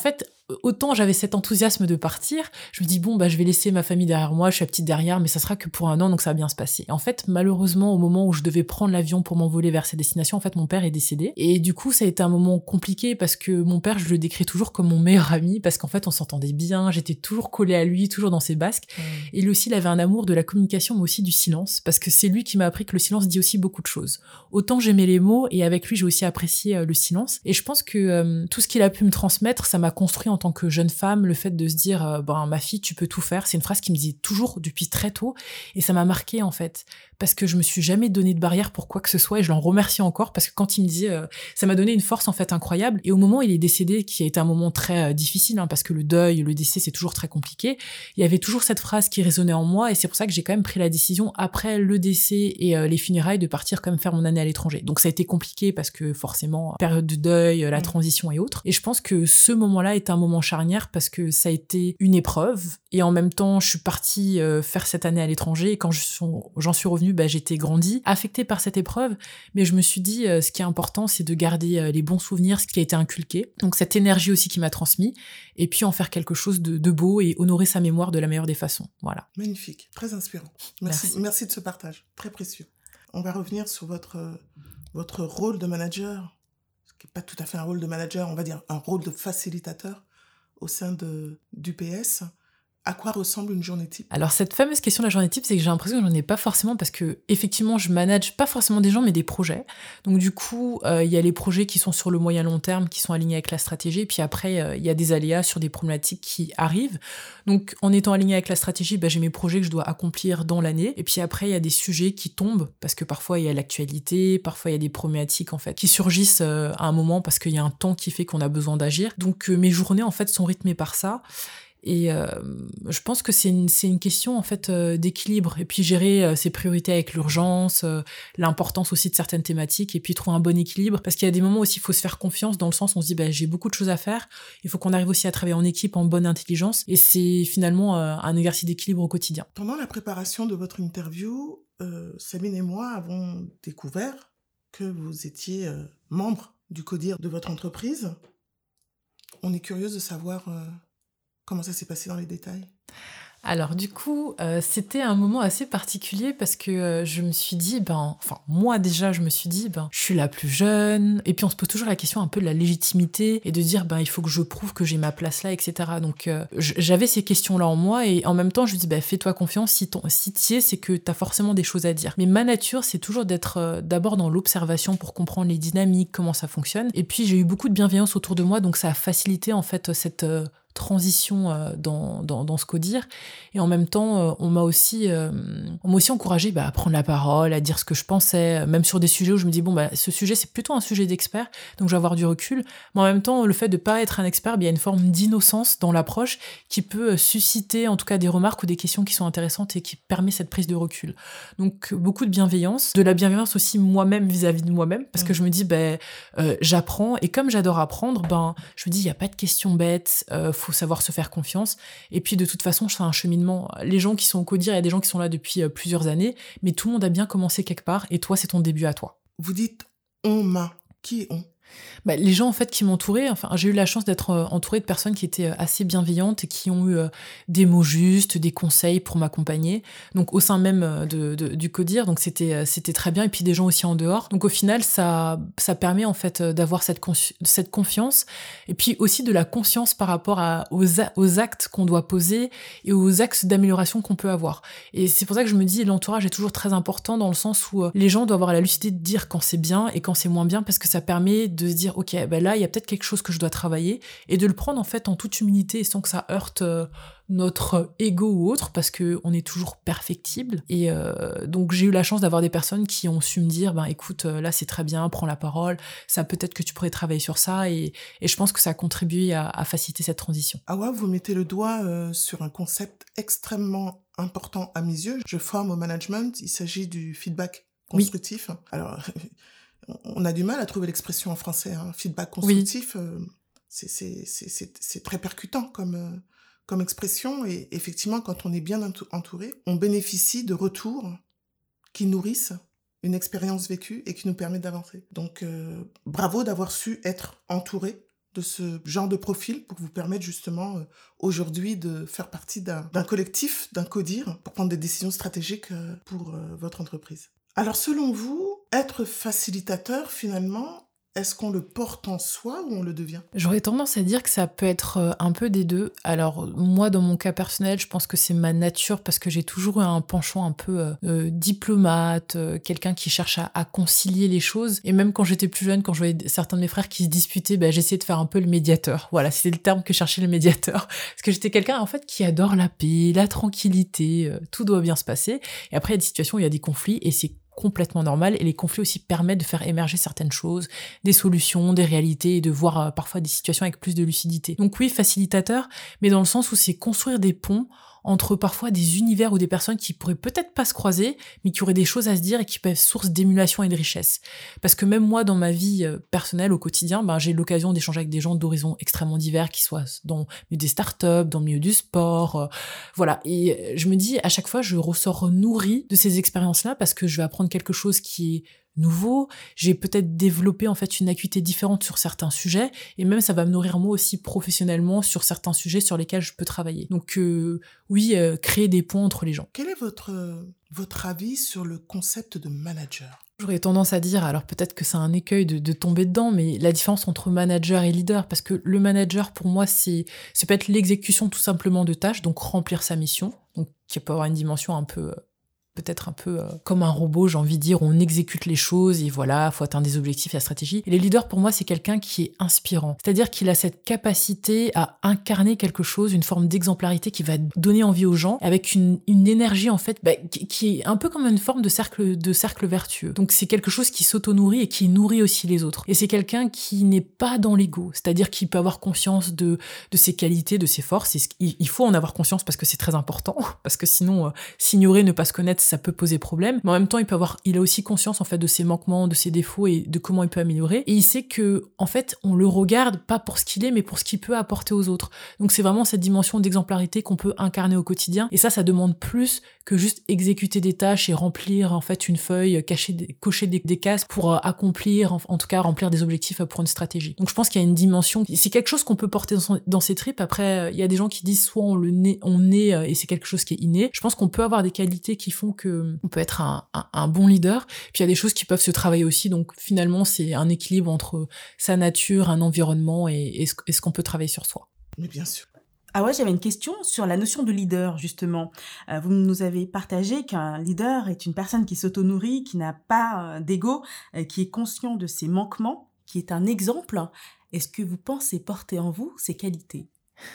Speaker 3: autant j'avais cet enthousiasme de partir, je me dis bon bah je vais laisser ma famille derrière moi, je suis la petite derrière, mais ça sera que pour un an, donc ça va bien se passer. Et en fait, malheureusement, au moment où je devais prendre l'avion pour m'envoler vers cette destination, en fait mon père est décédé. Et du coup, ça a été un moment compliqué parce que mon père, je le décris toujours comme mon meilleur ami, parce qu'en fait on s'entendait bien, j'étais toujours collée à lui, toujours dans ses basques. Mmh. Et lui aussi, il avait un amour de la communication, mais aussi du silence, parce que c'est lui qui m'a appris que le silence dit aussi beaucoup de choses. Autant j'aimais les mots, et avec lui j'ai aussi apprécié euh, le silence. Et je pense que euh, tout ce qu'il a pu me transmettre, ça m'a construit en tant que jeune femme, le fait de se dire euh, ben ma fille, tu peux tout faire. C'est une phrase qu'il me disait toujours depuis très tôt, et ça m'a marqué en fait, parce que je me suis jamais donné de barrière pour quoi que ce soit, et je l'en remercie encore, parce que quand il me disait, euh, ça m'a donné une force en fait incroyable. Et au moment où il est décédé, qui a été un moment très euh, difficile, hein, parce que le deuil, le décès, c'est toujours très compliqué, il y avait toujours cette phrase qui résonnait en moi, et c'est pour ça que j'ai quand même pris la décision après le décès et euh, les funérailles de partir quand même faire mon année à l'étranger. Donc ça a été compliqué parce que forcément période de deuil, la transition et autres. Et je pense que ce moment-là est un moment charnière parce que ça a été une épreuve, et en même temps je suis partie euh, faire cette année à l'étranger, et quand je suis, j'en suis revenue, bah, j'étais grandie, affectée par cette épreuve, mais je me suis dit euh, ce qui est important, c'est de garder euh, les bons souvenirs, ce qui a été inculqué, donc cette énergie aussi qui m'a transmis, et puis en faire quelque chose de, de beau et honorer sa mémoire de la meilleure des façons. Voilà.
Speaker 2: Magnifique, très inspirant. Merci, merci. Merci de ce partage, très précieux. On va revenir sur votre, votre rôle de manager, ce qui n'est pas tout à fait un rôle de manager, on va dire un rôle de facilitateur au sein de, d'U P S. À quoi ressemble une journée type ?
Speaker 3: Alors cette fameuse question de la journée type, c'est que j'ai l'impression que j'en ai pas forcément, parce que effectivement je manage pas forcément des gens mais des projets. Donc du coup il euh, y a les projets qui sont sur le moyen long terme, qui sont alignés avec la stratégie, et puis après il euh, y a des aléas sur des problématiques qui arrivent. Donc en étant aligné avec la stratégie, bah, j'ai mes projets que je dois accomplir dans l'année, et puis après il y a des sujets qui tombent, parce que parfois il y a l'actualité, parfois il y a des problématiques en fait qui surgissent euh, à un moment parce qu'il y a un temps qui fait qu'on a besoin d'agir. Donc euh, mes journées en fait sont rythmées par ça. Et euh, je pense que c'est une, c'est une question en fait euh, d'équilibre, et puis gérer euh, ses priorités avec l'urgence, euh, l'importance aussi de certaines thématiques, et puis trouver un bon équilibre, parce qu'il y a des moments aussi il faut se faire confiance, dans le sens où on se dit bah, j'ai beaucoup de choses à faire, il faut qu'on arrive aussi à travailler en équipe, en bonne intelligence, et c'est finalement euh, un exercice d'équilibre au quotidien.
Speaker 2: Pendant la préparation de votre interview, euh, Sabine et moi avons découvert que vous étiez euh, membre du CODIR de votre entreprise. On est curieuse de savoir... Euh, Comment ça s'est passé dans les détails ?
Speaker 3: Alors du coup, euh, c'était un moment assez particulier parce que euh, je me suis dit, ben, enfin moi déjà, je me suis dit, ben, je suis la plus jeune, et puis on se pose toujours la question un peu de la légitimité et de dire, ben, il faut que je prouve que j'ai ma place là, et cetera. Donc euh, j'avais ces questions-là en moi, et en même temps, je me dis, ben, fais-toi confiance, si ton, si t'y es, c'est que t'as forcément des choses à dire. Mais ma nature, c'est toujours d'être euh, d'abord dans l'observation pour comprendre les dynamiques, comment ça fonctionne. Et puis j'ai eu beaucoup de bienveillance autour de moi, donc ça a facilité en fait cette euh, transition euh, dans, dans, dans ce CODIR. Et en même temps, euh, on m'a aussi, euh, on m'a aussi encouragé bah, à prendre la parole, à dire ce que je pensais, même sur des sujets où je me dis, bon, bah, ce sujet, c'est plutôt un sujet d'expert, donc je vais avoir du recul. Mais en même temps, le fait de pas être un expert, bah, il y a une forme d'innocence dans l'approche qui peut susciter, en tout cas, des remarques ou des questions qui sont intéressantes et qui permet cette prise de recul. Donc, beaucoup de bienveillance, de la bienveillance aussi moi-même vis-à-vis de moi-même, parce que je me dis, bah, euh, j'apprends, et comme j'adore apprendre, ben, je me dis, il n'y a pas de questions bêtes, euh, faut savoir se faire confiance. Et puis de toute façon, c'est un cheminement. Les gens qui sont au CODIR, il y a des gens qui sont là depuis euh, plusieurs années, mais tout le monde a bien commencé quelque part, et toi, c'est ton début à toi.
Speaker 2: Vous dites on m'a. Qui est on ?
Speaker 3: Bah, les gens en fait qui m'entouraient, enfin j'ai eu la chance d'être euh, entourée de personnes qui étaient assez bienveillantes et qui ont eu euh, des mots justes, des conseils pour m'accompagner. Donc au sein même de, de, du CODIR, donc c'était euh, c'était très bien, et puis des gens aussi en dehors. Donc au final ça ça permet en fait d'avoir cette consci- cette confiance, et puis aussi de la conscience par rapport à aux, a- aux actes qu'on doit poser et aux axes d'amélioration qu'on peut avoir. Et c'est pour ça que je me dis l'entourage est toujours très important, dans le sens où euh, les gens doivent avoir la lucidité de dire quand c'est bien et quand c'est moins bien, parce que ça permet de se dire ok, ben là il y a peut-être quelque chose que je dois travailler, et de le prendre en fait en toute humilité et sans que ça heurte euh, notre ego ou autre, parce que on est toujours perfectible. Et euh, donc j'ai eu la chance d'avoir des personnes qui ont su me dire ben écoute, là c'est très bien, prends la parole, ça peut-être que tu pourrais travailler sur ça, et, et je pense que ça a contribué à, à faciliter cette transition.
Speaker 2: Awa, vous mettez le doigt euh, sur un concept extrêmement important à mes yeux. Je forme au management, il s'agit du feedback constructif. Oui. Alors on a du mal à trouver l'expression en français, hein. Feedback constructif, oui. euh, c'est, c'est, c'est, c'est, c'est très percutant comme, euh, comme expression, et effectivement, quand on est bien entouré, on bénéficie de retours qui nourrissent une expérience vécue et qui nous permettent d'avancer. Donc, euh, bravo d'avoir su être entouré de ce genre de profil pour vous permettre justement euh, aujourd'hui de faire partie d'un, d'un collectif, d'un CODIR, pour prendre des décisions stratégiques euh, pour euh, votre entreprise. Alors selon vous, être facilitateur finalement, est-ce qu'on le porte en soi ou on le devient ?
Speaker 3: J'aurais tendance à dire que ça peut être un peu des deux. Alors moi, dans mon cas personnel, je pense que c'est ma nature parce que j'ai toujours eu un penchant un peu euh, diplomate, euh, quelqu'un qui cherche à, à concilier les choses. Et même quand j'étais plus jeune, quand je voyais certains de mes frères qui se disputaient, bah, j'essayais de faire un peu le médiateur. Voilà, c'était le terme que cherchait le médiateur. Parce que j'étais quelqu'un en fait qui adore la paix, la tranquillité, euh, tout doit bien se passer. Et après, il y a des situations où il y a des conflits et c'est complètement normal, et les conflits aussi permettent de faire émerger certaines choses, des solutions, des réalités, et de voir euh, parfois des situations avec plus de lucidité. Donc oui, facilitateur, mais dans le sens où c'est construire des ponts entre parfois des univers ou des personnes qui pourraient peut-être pas se croiser, mais qui auraient des choses à se dire et qui peuvent être source d'émulation et de richesse. Parce que même moi, dans ma vie euh, personnelle, au quotidien, ben, j'ai l'occasion d'échanger avec des gens d'horizons extrêmement divers, qui soient dans le milieu des startups, dans le milieu du sport, euh, voilà. Et je me dis, à chaque fois, je ressors nourrie de ces expériences-là parce que je vais apprendre quelque chose qui est nouveau, j'ai peut-être développé en fait une acuité différente sur certains sujets, et même ça va me nourrir moi aussi professionnellement sur certains sujets sur lesquels je peux travailler. Donc euh, oui, euh, créer des ponts entre les gens.
Speaker 2: Quel est votre, votre avis sur le concept de manager ?
Speaker 3: J'aurais tendance à dire, alors peut-être que c'est un écueil de, de tomber dedans, mais la différence entre manager et leader, parce que le manager pour moi c'est, c'est peut-être l'exécution tout simplement de tâches, donc remplir sa mission, donc qui peut avoir une dimension un peu... Euh, peut-être un peu euh, comme un robot, j'ai envie de dire, on exécute les choses et voilà, faut atteindre des objectifs et la stratégie. Et les leaders, pour moi, c'est quelqu'un qui est inspirant. C'est-à-dire qu'il a cette capacité à incarner quelque chose, une forme d'exemplarité qui va donner envie aux gens, avec une, une énergie, en fait, bah, qui, qui est un peu comme une forme de cercle, de cercle vertueux. Donc c'est quelque chose qui s'auto-nourrit et qui nourrit aussi les autres. Et c'est quelqu'un qui n'est pas dans l'ego, c'est-à-dire qu'il peut avoir conscience de, de ses qualités, de ses forces. Et il, il faut en avoir conscience parce que c'est très important, parce que sinon, euh, s'ignorer, ne pas se connaître, ça peut poser problème, mais en même temps il peut avoir, il a aussi conscience en fait de ses manquements, de ses défauts et de comment il peut améliorer, et il sait que en fait on le regarde pas pour ce qu'il est mais pour ce qu'il peut apporter aux autres. Donc c'est vraiment cette dimension d'exemplarité qu'on peut incarner au quotidien, et ça ça demande plus que juste exécuter des tâches et remplir en fait une feuille, cacher des, cocher des, des cases pour accomplir, en, en tout cas remplir des objectifs pour une stratégie. Donc je pense qu'il y a une dimension, c'est quelque chose qu'on peut porter dans, son, dans ses tripes. Après il y a des gens qui disent soit on le naît, on naît et c'est quelque chose qui est inné. Je pense qu'on peut avoir des qualités qui font que on peut être un, un, un bon leader, puis il y a des choses qui peuvent se travailler aussi, donc finalement c'est un équilibre entre sa nature, un environnement et, et, ce, et ce qu'on peut travailler sur soi.
Speaker 2: Mais bien sûr.
Speaker 1: Ah ouais, j'avais une question sur la notion de leader, justement. Euh, vous nous avez partagé qu'un leader est une personne qui s'auto-nourrit, qui n'a pas euh, d'ego, euh, qui est conscient de ses manquements, qui est un exemple. Est-ce que vous pensez porter en vous ces qualités ?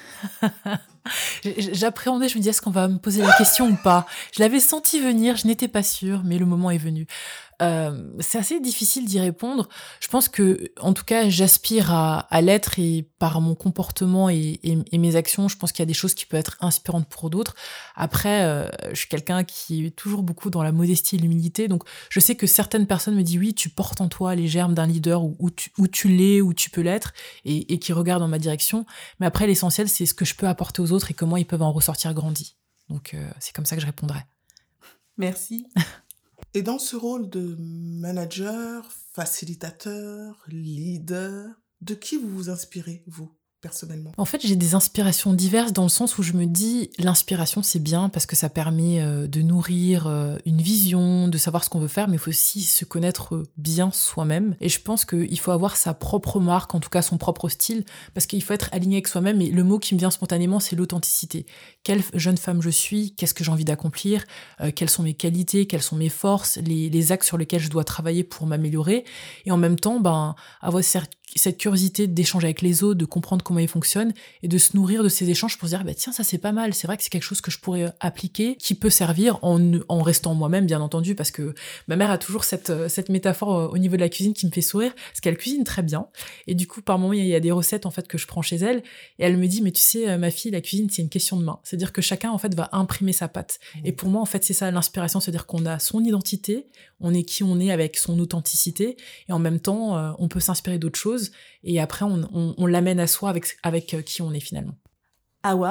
Speaker 3: J'appréhendais, je me disais, est-ce qu'on va me poser la question ou pas ? Je l'avais senti venir, je n'étais pas sûre, mais le moment est venu. Euh, c'est assez difficile d'y répondre. Je pense que, en tout cas, j'aspire à, à l'être, et par mon comportement et, et, et mes actions, je pense qu'il y a des choses qui peuvent être inspirantes pour d'autres. Après, euh, je suis quelqu'un qui est toujours beaucoup dans la modestie et l'humilité, donc je sais que certaines personnes me disent oui, tu portes en toi les germes d'un leader, ou, ou, tu, ou tu l'es, ou tu peux l'être, et, et qui regardent dans ma direction. Mais après, l'essentiel, c'est ce que je peux apporter aux autres et comment ils peuvent en ressortir grandis. Donc, euh, c'est comme ça que je répondrai.
Speaker 1: Merci.
Speaker 2: Et dans ce rôle de manager, facilitateur, leader, de qui vous vous inspirez, vous, personnellement ?
Speaker 3: En fait, j'ai des inspirations diverses dans le sens où je me dis, l'inspiration, c'est bien parce que ça permet euh, de nourrir euh, une vision, de savoir ce qu'on veut faire, mais il faut aussi se connaître bien soi-même. Et je pense qu'il faut avoir sa propre marque, en tout cas son propre style, parce qu'il faut être aligné avec soi-même. Et le mot qui me vient spontanément, c'est l'authenticité. Quelle jeune femme je suis ? Qu'est-ce que j'ai envie d'accomplir ? euh, Quelles sont mes qualités ? Quelles sont mes forces ? Les, les axes sur lesquels je dois travailler pour m'améliorer ? Et en même temps, ben, avoir cette cette curiosité d'échanger avec les autres, de comprendre comment ils fonctionnent et de se nourrir de ces échanges pour se dire bah tiens, ça c'est pas mal, c'est vrai que c'est quelque chose que je pourrais appliquer, qui peut servir en, en restant moi-même bien entendu, parce que ma mère a toujours cette, cette métaphore au niveau de la cuisine qui me fait sourire, parce qu'elle cuisine très bien, et du coup par moment il y a des recettes en fait que je prends chez elle, et elle me dit mais tu sais ma fille, la cuisine c'est une question de main, c'est-à-dire que chacun en fait va imprimer sa patte, mmh. Et pour moi en fait c'est ça l'inspiration, c'est-à-dire qu'on a son identité, on est qui on est avec son authenticité, et en même temps euh, on peut s'inspirer d'autres choses, et après on, on, on l'amène à soi avec, avec qui on est finalement.
Speaker 1: Awa,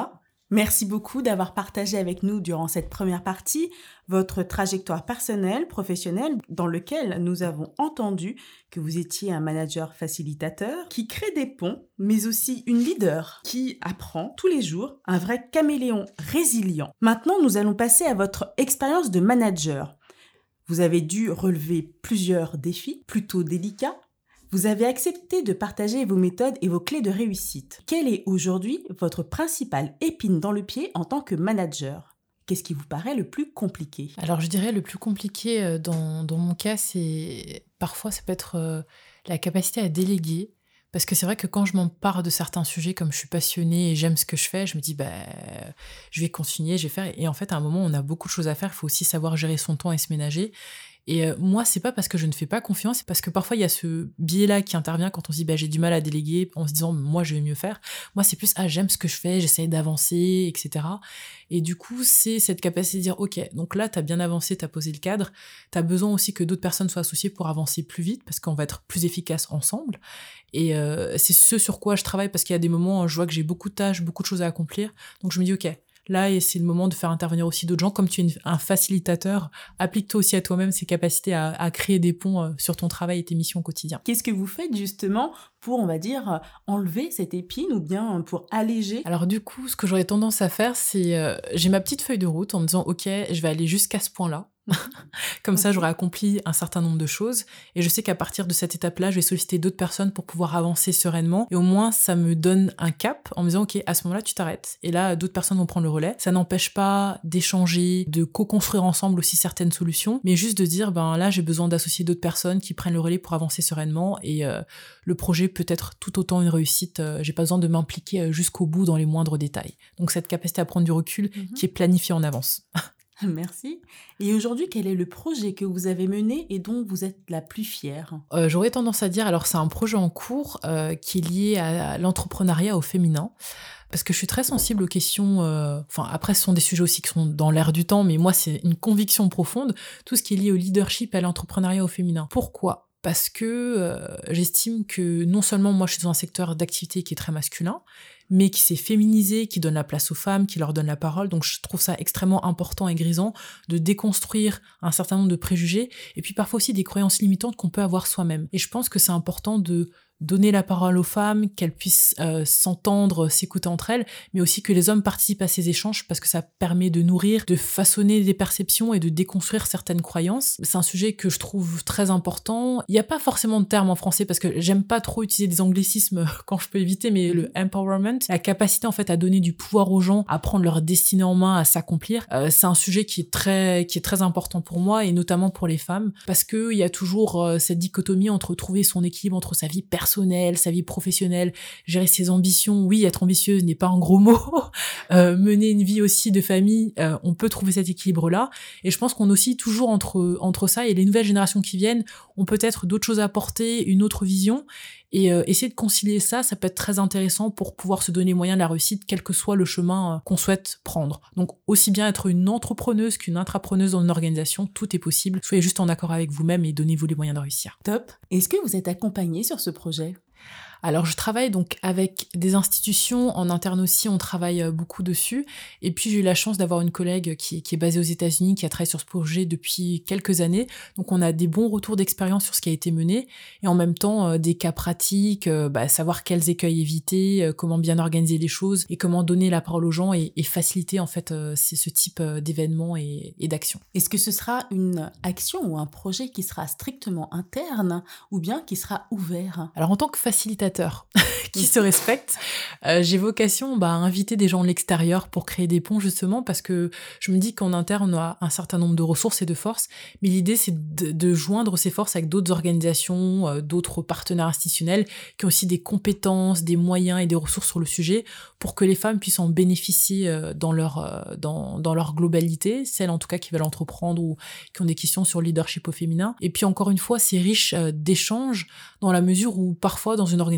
Speaker 1: Merci beaucoup d'avoir partagé avec nous durant cette première partie votre trajectoire personnelle, professionnelle, dans laquelle nous avons entendu que vous étiez un manager facilitateur qui crée des ponts, mais aussi une leader qui apprend tous les jours, un vrai caméléon résilient. Maintenant, nous allons passer à votre expérience de manager. Vous avez dû relever plusieurs défis plutôt délicats. Vous avez accepté de partager vos méthodes et vos clés de réussite. Quelle est aujourd'hui votre principale épine dans le pied en tant que manager ? Qu'est-ce qui vous paraît le plus compliqué ?
Speaker 3: Alors je dirais le plus compliqué dans, dans mon cas, c'est parfois ça peut être euh, la capacité à déléguer. Parce que c'est vrai que quand je m'empare de certains sujets, comme je suis passionnée et j'aime ce que je fais, je me dis, bah, je vais continuer, je vais faire. Et en fait, à un moment, on a beaucoup de choses à faire. Il faut aussi savoir gérer son temps et se ménager. Et euh, moi, c'est pas parce que je ne fais pas confiance, c'est parce que parfois, il y a ce biais-là qui intervient quand on se dit, bah, j'ai du mal à déléguer, en se disant, moi, je vais mieux faire. Moi, c'est plus, ah, j'aime ce que je fais, j'essaie d'avancer, et cetera. Et du coup, c'est cette capacité de dire, OK, donc là, t'as bien avancé, t'as posé le cadre, t'as besoin aussi que d'autres personnes soient associées pour avancer plus vite, parce qu'on va être plus efficace ensemble. Et euh, c'est ce sur quoi je travaille, parce qu'il y a des moments où je vois que j'ai beaucoup de tâches, beaucoup de choses à accomplir. Donc, je me dis, OK, là, et c'est le moment de faire intervenir aussi d'autres gens. Comme tu es une, un facilitateur, applique-toi aussi à toi-même ces capacités à, à créer des ponts euh, sur ton travail et tes missions au quotidien.
Speaker 1: Qu'est-ce que vous faites justement pour, on va dire, enlever cette épine ou bien pour alléger ?
Speaker 3: Alors du coup, ce que j'aurais tendance à faire, c'est... Euh, j'ai ma petite feuille de route en me disant, OK, je vais aller jusqu'à ce point-là. Comme ça, j'aurai accompli un certain nombre de choses. Et je sais qu'à partir de cette étape-là, je vais solliciter d'autres personnes pour pouvoir avancer sereinement. Et au moins, ça me donne un cap en me disant, OK, à ce moment-là, tu t'arrêtes. Et là, d'autres personnes vont prendre le relais. Ça n'empêche pas d'échanger, de co-construire ensemble aussi certaines solutions, mais juste de dire, ben là, j'ai besoin d'associer d'autres personnes qui prennent le relais pour avancer sereinement. Et euh, le projet peut être tout autant une réussite. Euh, j'ai pas besoin de m'impliquer jusqu'au bout dans les moindres détails. Donc cette capacité à prendre du recul mm-hmm. qui est planifiée en avance.
Speaker 1: Merci. Et aujourd'hui, quel est le projet que vous avez mené et dont vous êtes la plus fière ?
Speaker 3: euh, J'aurais tendance à dire, alors c'est un projet en cours euh, qui est lié à, à l'entrepreneuriat au féminin. Parce que je suis très sensible aux questions... Euh, enfin, après, ce sont des sujets aussi qui sont dans l'air du temps, mais moi, c'est une conviction profonde. Tout ce qui est lié au leadership et à l'entrepreneuriat au féminin. Pourquoi ? Parce que euh, j'estime que non seulement moi, je suis dans un secteur d'activité qui est très masculin, mais qui s'est féminisé, qui donne la place aux femmes, qui leur donne la parole. Donc je trouve ça extrêmement important et grisant de déconstruire un certain nombre de préjugés et puis parfois aussi des croyances limitantes qu'on peut avoir soi-même. Et je pense que c'est important de donner la parole aux femmes, qu'elles puissent euh, s'entendre, s'écouter entre elles, mais aussi que les hommes participent à ces échanges parce que ça permet de nourrir, de façonner des perceptions et de déconstruire certaines croyances. C'est un sujet que je trouve très important. Il n'y a pas forcément de terme en français parce que j'aime pas trop utiliser des anglicismes quand je peux éviter, mais le empowerment, la capacité en fait à donner du pouvoir aux gens, à prendre leur destinée en main, à s'accomplir, euh, c'est un sujet qui est très qui est très important pour moi et notamment pour les femmes parce que il y a toujours euh, cette dichotomie entre trouver son équilibre entre sa vie personnelle personnelle, sa vie professionnelle, gérer ses ambitions. Oui, être ambitieuse n'est pas un gros mot. euh, mener une vie aussi de famille, euh, on peut trouver cet équilibre-là. Et je pense qu'on oscille toujours entre, entre ça et les nouvelles générations qui viennent ont peut-être d'autres choses à apporter, une autre vision. Et euh, essayer de concilier ça, ça peut être très intéressant pour pouvoir se donner moyen de la réussite, quel que soit le chemin euh, qu'on souhaite prendre. Donc aussi bien être une entrepreneuse qu'une intrapreneuse dans une organisation, tout est possible. Soyez juste en accord avec vous-même et donnez-vous les moyens de réussir.
Speaker 1: Top. Est-ce que vous êtes accompagnée sur ce projet ?
Speaker 3: Alors je travaille donc avec des institutions, en interne aussi, on travaille beaucoup dessus. Et puis j'ai eu la chance d'avoir une collègue qui, qui est basée aux États-Unis, qui a travaillé sur ce projet depuis quelques années. Donc on a des bons retours d'expérience sur ce qui a été mené. Et en même temps, euh, des cas pratiques, euh, bah, savoir quels écueils éviter, euh, comment bien organiser les choses et comment donner la parole aux gens et, et faciliter en fait euh, c'est ce type euh, d'événements et, et d'actions.
Speaker 1: Est-ce que ce sera une action ou un projet qui sera strictement interne ou bien qui sera ouvert ?
Speaker 3: Alors en tant que facilitateur qui se respecte, euh, j'ai vocation bah, à inviter des gens de l'extérieur pour créer des ponts justement parce que je me dis qu'en interne on a un certain nombre de ressources et de forces, mais l'idée c'est de, de joindre ces forces avec d'autres organisations, euh, d'autres partenaires institutionnels qui ont aussi des compétences, des moyens et des ressources sur le sujet pour que les femmes puissent en bénéficier euh, dans leur euh, dans dans leur globalité, celles en tout cas qui veulent entreprendre ou qui ont des questions sur le leadership au féminin. Et puis encore une fois, c'est riche euh, d'échanges dans la mesure où parfois dans une organisation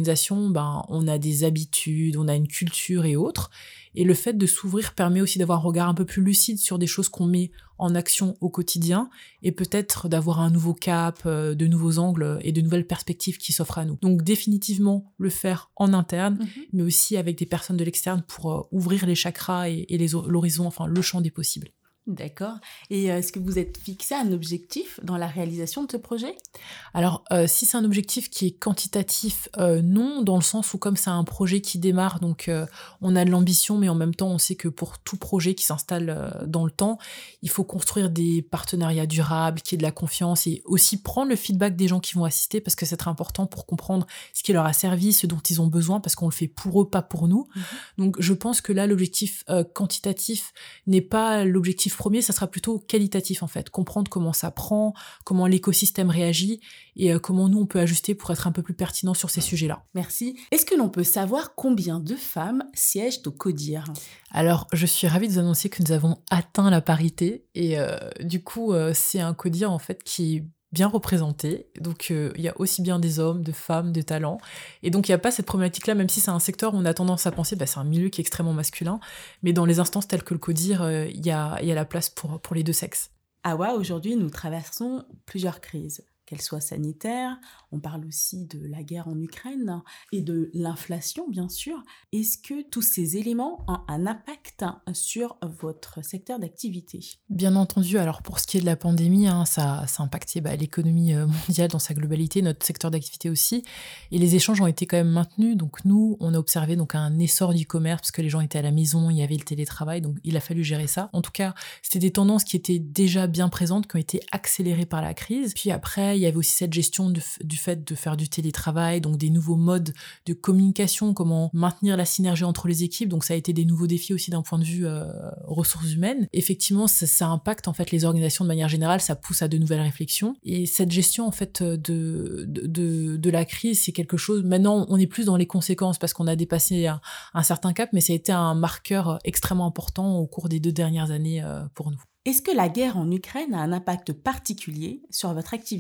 Speaker 3: l'organisation, ben, on a des habitudes, on a une culture et autres. Et le fait de s'ouvrir permet aussi d'avoir un regard un peu plus lucide sur des choses qu'on met en action au quotidien et peut-être d'avoir un nouveau cap, euh, de nouveaux angles et de nouvelles perspectives qui s'offrent à nous. Donc définitivement le faire en interne, mmh. mais aussi avec des personnes de l'externe pour euh, ouvrir les chakras et, et les, l'horizon, enfin le champ des possibles.
Speaker 1: D'accord. Et est-ce que vous êtes fixé un objectif dans la réalisation de ce projet ?
Speaker 3: Alors, euh, si c'est un objectif qui est quantitatif, euh, non, dans le sens où comme c'est un projet qui démarre, donc euh, on a de l'ambition, mais en même temps, on sait que pour tout projet qui s'installe euh, dans le temps, il faut construire des partenariats durables, qu'il y ait de la confiance et aussi prendre le feedback des gens qui vont assister parce que c'est très important pour comprendre ce qui leur a servi, ce dont ils ont besoin, parce qu'on le fait pour eux, pas pour nous. Mmh. Donc, je pense que là, l'objectif euh, quantitatif n'est pas l'objectif premier, ça sera plutôt qualitatif en fait, comprendre comment ça prend, comment l'écosystème réagit et euh, comment nous on peut ajuster pour être un peu plus pertinent sur ces sujets-là.
Speaker 1: Merci. Est-ce que l'on peut savoir combien de femmes siègent au CODIR ?
Speaker 3: Alors, je suis ravie de vous annoncer que nous avons atteint la parité et euh, du coup, euh, c'est un CODIR en fait qui est bien représenté, donc il euh, y a aussi bien des hommes, de femmes, de talents, et donc il n'y a pas cette problématique-là, même si c'est un secteur où on a tendance à penser, bah, c'est un milieu qui est extrêmement masculin, mais dans les instances telles que le CODIR, il euh, y, a, y a la place pour, pour les deux sexes.
Speaker 1: Awa, aujourd'hui, nous traversons plusieurs crises, qu'elles soient sanitaires, on parle aussi de la guerre en Ukraine et de l'inflation, bien sûr. Est-ce que tous ces éléments ont un impact sur votre secteur d'activité ?
Speaker 3: Bien entendu, alors pour ce qui est de la pandémie, hein, ça, ça a impacté bah, l'économie mondiale dans sa globalité, notre secteur d'activité aussi, et les échanges ont été quand même maintenus. Donc nous, on a observé donc un essor du commerce parce que les gens étaient à la maison, il y avait le télétravail, donc il a fallu gérer ça. En tout cas, c'était des tendances qui étaient déjà bien présentes, qui ont été accélérées par la crise. Puis après, il y avait aussi cette gestion de, du fait de faire du télétravail, donc des nouveaux modes de communication, comment maintenir la synergie entre les équipes. Donc ça a été des nouveaux défis aussi d'un point de vue euh, ressources humaines. Effectivement, ça, ça impacte en fait les organisations de manière générale, ça pousse à de nouvelles réflexions. Et cette gestion en fait de de, de, de la crise, c'est quelque chose. Maintenant, on est plus dans les conséquences parce qu'on a dépassé un, un certain cap, mais ça a été un marqueur extrêmement important au cours des deux dernières années euh, pour nous.
Speaker 1: Est-ce que la guerre en Ukraine a un impact particulier sur votre activité ?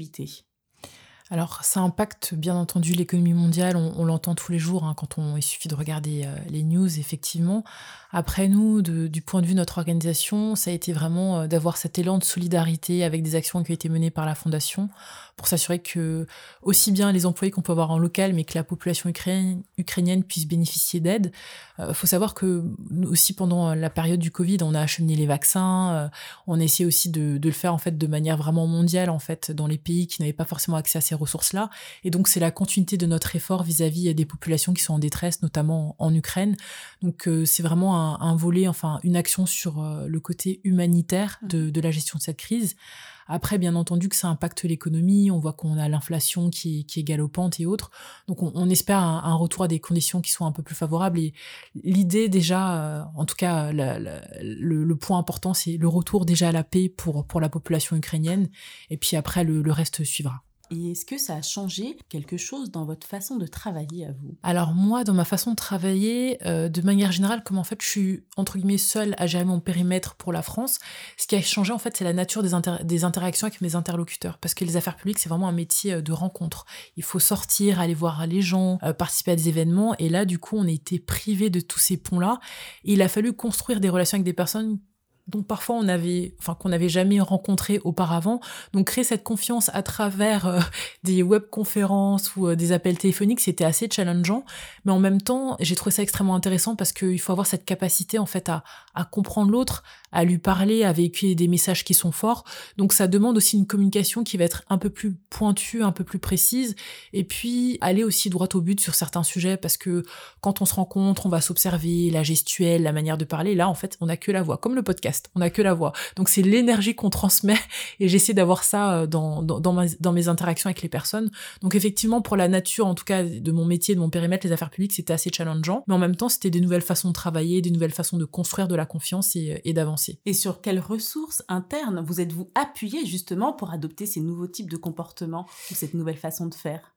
Speaker 3: Alors, ça impacte bien entendu l'économie mondiale, on, on l'entend tous les jours, hein, quand on, il suffit de regarder euh, les news, effectivement. Après nous, de, du point de vue de notre organisation, ça a été vraiment euh, d'avoir cet élan de solidarité avec des actions qui ont été menées par la Fondation pour s'assurer que aussi bien les employés qu'on peut avoir en local, mais que la population ukrainienne, ukrainienne puisse bénéficier d'aide. Il euh, faut savoir que nous aussi, pendant la période du Covid, on a acheminé les vaccins, euh, on a essayé aussi de, de le faire en fait, de manière vraiment mondiale, en fait, dans les pays qui n'avaient pas forcément accès à ces ressources-là. Et donc, c'est la continuité de notre effort vis-à-vis des populations qui sont en détresse, notamment en Ukraine. Donc, euh, c'est vraiment un, un volet, enfin, une action sur euh, le côté humanitaire de, de la gestion de cette crise. Après, bien entendu que ça impacte l'économie, on voit qu'on a l'inflation qui est, qui est galopante et autres. Donc, on, on espère un, un retour à des conditions qui soient un peu plus favorables. Et l'idée déjà, euh, en tout cas, la, la, le, le point important, c'est le retour déjà à la paix pour, pour la population ukrainienne. Et puis après, le, le reste suivra.
Speaker 1: Et est-ce que ça a changé quelque chose dans votre façon de travailler à vous ?
Speaker 3: Alors moi, dans ma façon de travailler, euh, de manière générale, comme en fait je suis entre guillemets seule à gérer mon périmètre pour la France, ce qui a changé en fait c'est la nature des, inter- des interactions avec mes interlocuteurs. Parce que les affaires publiques, c'est vraiment un métier de rencontre. Il faut sortir, aller voir les gens, euh, participer à des événements. Et là, du coup, on a été privés de tous ces ponts-là. Et il a fallu construire des relations avec des personnes dont parfois on avait, enfin qu'on n'avait jamais rencontré auparavant. Donc créer cette confiance à travers euh, des webconférences ou euh, des appels téléphoniques, c'était assez challengeant. Mais en même temps, j'ai trouvé ça extrêmement intéressant parce qu'il faut avoir cette capacité en fait à, à comprendre l'autre, à lui parler, à véhiculer des messages qui sont forts. Donc ça demande aussi une communication qui va être un peu plus pointue, un peu plus précise, et puis aller aussi droit au but sur certains sujets parce que quand on se rencontre, on va s'observer, la gestuelle, la manière de parler. Là, en fait, on n'a que la voix, comme le podcast. On n'a que la voix. Donc, c'est l'énergie qu'on transmet et j'essaie d'avoir ça dans, dans, dans, ma, dans mes interactions avec les personnes. Donc, effectivement, pour la nature, en tout cas, de mon métier, de mon périmètre, les affaires publiques, c'était assez challengeant. Mais en même temps, c'était des nouvelles façons de travailler, des nouvelles façons de construire de la confiance et, et d'avancer.
Speaker 1: Et sur quelles ressources internes vous êtes-vous appuyé justement pour adopter ces nouveaux types de comportements ou cette nouvelle façon de faire ?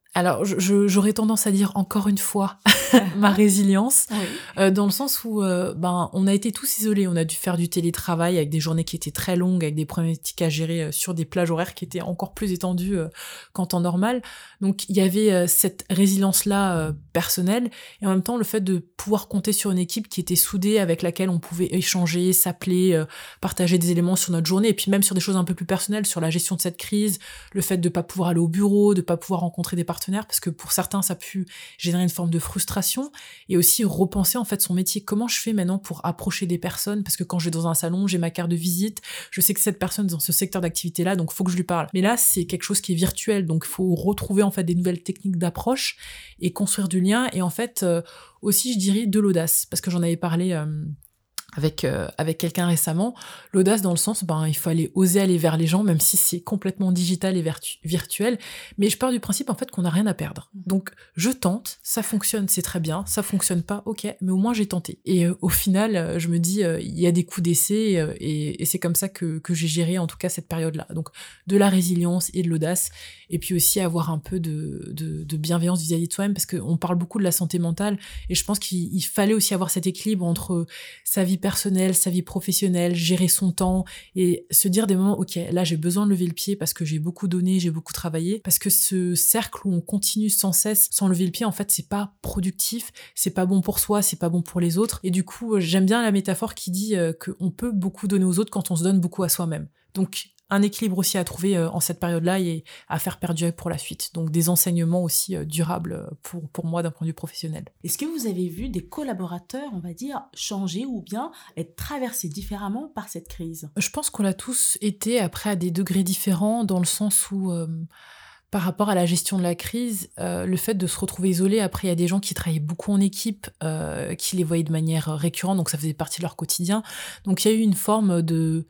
Speaker 3: Alors, je, je, j'aurais tendance à dire encore une fois ma résilience, oui. euh, dans le sens où euh, ben, on a été tous isolés, on a dû faire du télétravail avec des journées qui étaient très longues, avec des problématiques à gérer euh, sur des plages horaires qui étaient encore plus étendues euh, qu'en temps normal. Donc, il y avait euh, cette résilience-là euh, personnelle, et en même temps, le fait de pouvoir compter sur une équipe qui était soudée, avec laquelle on pouvait échanger, s'appeler, euh, partager des éléments sur notre journée, et puis même sur des choses un peu plus personnelles, sur la gestion de cette crise, le fait de pas pouvoir aller au bureau, de pas pouvoir rencontrer des partenaires, parce que pour certains, ça a pu générer une forme de frustration, et aussi repenser en fait son métier. Comment je fais maintenant pour approcher des personnes? Parce que quand je vais dans un salon, j'ai ma carte de visite, je sais que cette personne est dans ce secteur d'activité-là, donc il faut que je lui parle. Mais là, c'est quelque chose qui est virtuel, donc il faut retrouver en fait des nouvelles techniques d'approche et construire du lien, et en fait euh, aussi, je dirais, de l'audace, parce que j'en avais parlé... Euh, avec euh, avec quelqu'un récemment, l'audace dans le sens, ben il fallait oser aller vers les gens, même si c'est complètement digital et vertu- virtuel, mais je pars du principe en fait qu'on n'a rien à perdre. Donc je tente, ça fonctionne, c'est très bien, ça fonctionne pas, ok, mais au moins j'ai tenté. Et euh, au final, euh, je me dis, euh, il y a des coups d'essai, euh, et, et c'est comme ça que que j'ai géré en tout cas cette période-là. Donc de la résilience et de l'audace, et puis aussi avoir un peu de de, de bienveillance vis-à-vis de soi-même, parce qu'on parle beaucoup de la santé mentale, et je pense qu'il il fallait aussi avoir cet équilibre entre sa vie personnelle, sa vie professionnelle, gérer son temps et se dire des moments, ok, là j'ai besoin de lever le pied parce que j'ai beaucoup donné, j'ai beaucoup travaillé, parce que ce cercle où on continue sans cesse sans lever le pied, en fait c'est pas productif, c'est pas bon pour soi, c'est pas bon pour les autres, et du coup j'aime bien la métaphore qui dit euh, qu'on peut beaucoup donner aux autres quand on se donne beaucoup à soi-même. Donc un équilibre aussi à trouver euh, en cette période-là et à faire perdurer pour la suite. Donc des enseignements aussi euh, durables pour, pour moi d'un point de vue professionnel.
Speaker 1: Est-ce que vous avez vu des collaborateurs, on va dire, changer ou bien être traversés différemment par cette crise?
Speaker 3: Je pense qu'on l'a tous été, après à des degrés différents, dans le sens où... Euh, par rapport à la gestion de la crise, euh, le fait de se retrouver isolé, après il y a des gens qui travaillaient beaucoup en équipe, euh, qui les voyaient de manière récurrente, donc ça faisait partie de leur quotidien. Donc il y a eu une forme de...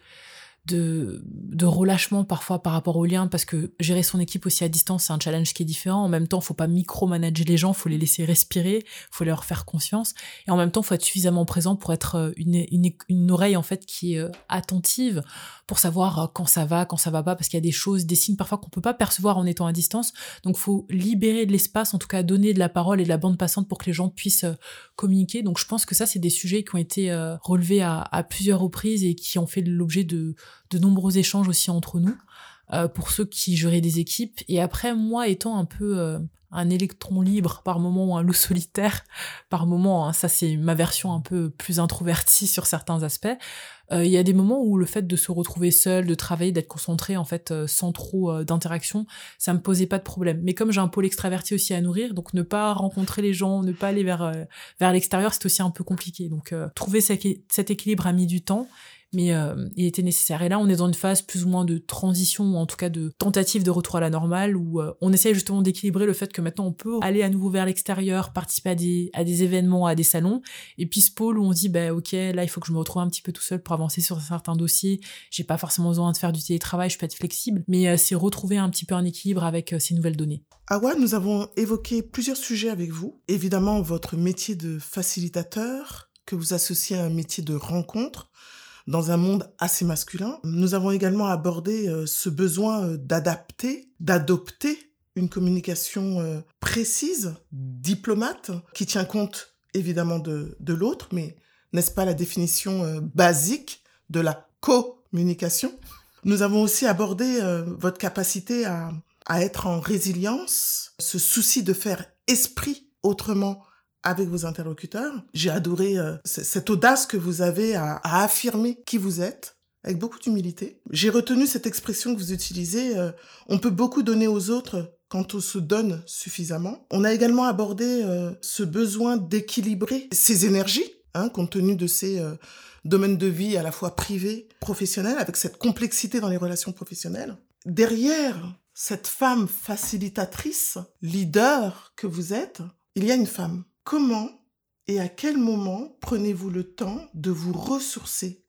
Speaker 3: de de relâchement parfois par rapport aux liens, parce que gérer son équipe aussi à distance, c'est un challenge qui est différent. En même temps, faut pas micromanager les gens, faut les laisser respirer, faut leur faire confiance, et en même temps, faut être suffisamment présent pour être une une une oreille en fait qui est attentive, pour savoir quand ça va, quand ça va pas, parce qu'il y a des choses, des signes parfois qu'on peut pas percevoir en étant à distance. Donc faut libérer de l'espace, en tout cas donner de la parole et de la bande passante pour que les gens puissent communiquer. Donc je pense que ça, c'est des sujets qui ont été euh, relevés à, à plusieurs reprises et qui ont fait l'objet de de nombreux échanges aussi entre nous, euh, pour ceux qui géraient des équipes. Et après, moi, étant un peu euh, un électron libre par moment, ou un loup solitaire par moment, hein, ça c'est ma version un peu plus introvertie sur certains aspects, il euh, y a des moments où le fait de se retrouver seul, de travailler, d'être concentré en fait euh, sans trop euh, d'interaction, ça me posait pas de problème. Mais comme j'ai un pôle extraverti aussi à nourrir, donc ne pas rencontrer les gens, ne pas aller vers euh, vers l'extérieur, c'est aussi un peu compliqué. Donc euh, trouver cet, cet équilibre a mis du temps, mais euh, il était nécessaire. Et là, on est dans une phase plus ou moins de transition, ou en tout cas de tentative de retour à la normale, où euh, on essaye justement d'équilibrer le fait que maintenant on peut aller à nouveau vers l'extérieur, participer à des, à des événements, à des salons, et puis ce pôle où on se dit, bah ok, là il faut que je me retrouve un petit peu tout seul pour avancer sur certains dossiers, j'ai pas forcément besoin de faire du télétravail, je peux être flexible, mais euh, c'est retrouver un petit peu un équilibre avec euh, ces nouvelles données.
Speaker 2: Awa, nous avons évoqué plusieurs sujets avec vous. Évidemment, votre métier de facilitateur, que vous associez à un métier de rencontre, dans un monde assez masculin. Nous avons également abordé euh, ce besoin euh, d'adapter, d'adopter une communication euh, précise, diplomate, qui tient compte évidemment de, de l'autre, mais n'est-ce pas la définition euh, basique de la communication? Nous avons aussi abordé euh, votre capacité à, à être en résilience, ce souci de faire esprit autrement avec vos interlocuteurs. J'ai adoré euh, c- cette audace que vous avez à, à affirmer qui vous êtes, avec beaucoup d'humilité. J'ai retenu cette expression que vous utilisez, euh, on peut beaucoup donner aux autres quand on se donne suffisamment. On a également abordé euh, ce besoin d'équilibrer ses énergies, hein, compte tenu de ces euh, domaines de vie à la fois privés, professionnels, avec cette complexité dans les relations professionnelles. Derrière cette femme facilitatrice, leader que vous êtes, il y a une femme. Comment et à quel moment prenez-vous le temps de vous ressourcer?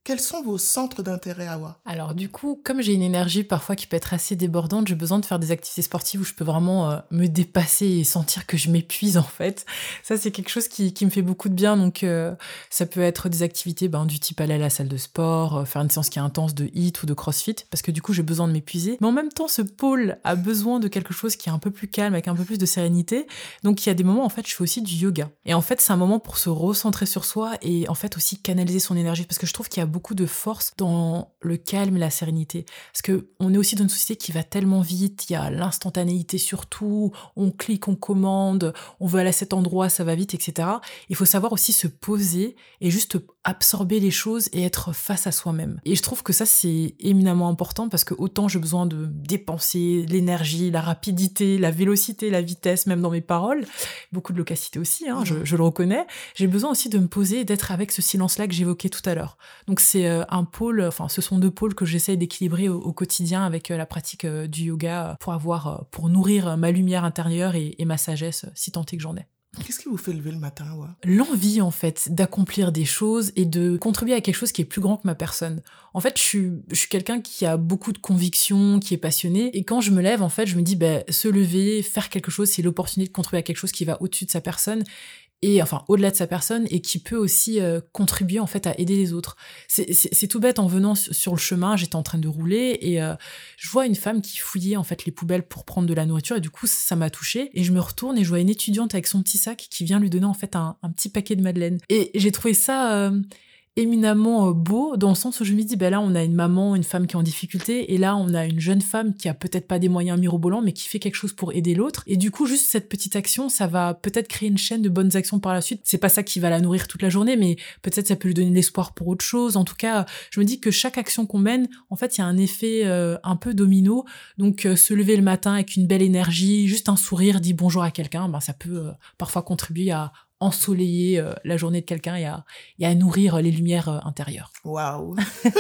Speaker 2: Quels sont vos centres d'intérêt, Awa?
Speaker 3: Alors du coup, comme j'ai une énergie parfois qui peut être assez débordante, j'ai besoin de faire des activités sportives où je peux vraiment euh, me dépasser et sentir que je m'épuise en fait. Ça, c'est quelque chose qui, qui me fait beaucoup de bien. Donc euh, ça peut être des activités ben, du type aller à la salle de sport, euh, faire une séance qui est intense de hit ou de crossfit, parce que du coup, j'ai besoin de m'épuiser. Mais en même temps, ce pôle a besoin de quelque chose qui est un peu plus calme, avec un peu plus de sérénité. Donc il y a des moments, en fait, je fais aussi du yoga. Et en fait, c'est un moment pour se recentrer sur soi et en fait aussi canaliser son énergie, parce que je trouve qu'il y a beaucoup de force dans le calme et la sérénité. Parce que on est aussi dans une société qui va tellement vite, il y a l'instantanéité surtout, on clique, on commande, on veut aller à cet endroit, ça va vite, et cetera. Il faut savoir aussi se poser et juste absorber les choses et être face à soi-même. Et je trouve que ça, c'est éminemment important parce que autant j'ai besoin de dépenser l'énergie, la rapidité, la vélocité, la vitesse, même dans mes paroles, beaucoup de loquacité aussi, hein, mmh. je, je le reconnais, j'ai besoin aussi de me poser et d'être avec ce silence-là que j'évoquais tout à l'heure. Donc c'est euh, un pôle, enfin ce sont deux pôles que j'essaie d'équilibrer au, au quotidien avec euh, la pratique euh, du yoga euh, pour avoir, euh, pour nourrir ma lumière intérieure et, et ma sagesse, euh, si tant est que j'en ai.
Speaker 2: Qu'est-ce qui vous fait lever le matin, ouais?
Speaker 3: L'envie, en fait, d'accomplir des choses et de contribuer à quelque chose qui est plus grand que ma personne. En fait, je suis, je suis quelqu'un qui a beaucoup de convictions, qui est passionné. Et quand je me lève, en fait, je me dis, ben, se lever, faire quelque chose, c'est l'opportunité de contribuer à quelque chose qui va au-dessus de sa personne. Et enfin au-delà de sa personne et qui peut aussi euh, contribuer en fait à aider les autres. C'est, c'est, c'est tout bête, en venant sur le chemin, j'étais en train de rouler et euh, je vois une femme qui fouillait en fait les poubelles pour prendre de la nourriture et du coup ça m'a touchée et je me retourne et je vois une étudiante avec son petit sac qui vient lui donner en fait un, un petit paquet de madeleines. Et j'ai trouvé ça euh, éminemment beau dans le sens où je me dis ben là on a une maman, une femme qui est en difficulté et là on a une jeune femme qui a peut-être pas des moyens mirobolants mais qui fait quelque chose pour aider l'autre et du coup juste cette petite action ça va peut-être créer une chaîne de bonnes actions par la suite. C'est pas ça qui va la nourrir toute la journée mais peut-être ça peut lui donner de l'espoir pour autre chose. En tout cas je me dis que chaque action qu'on mène en fait il y a un effet euh, un peu domino donc euh, se lever le matin avec une belle énergie, juste un sourire, dire bonjour à quelqu'un, ben ça peut euh, parfois contribuer à ensoleiller euh, la journée de quelqu'un et à, et à nourrir les lumières euh, intérieures.
Speaker 2: Waouh.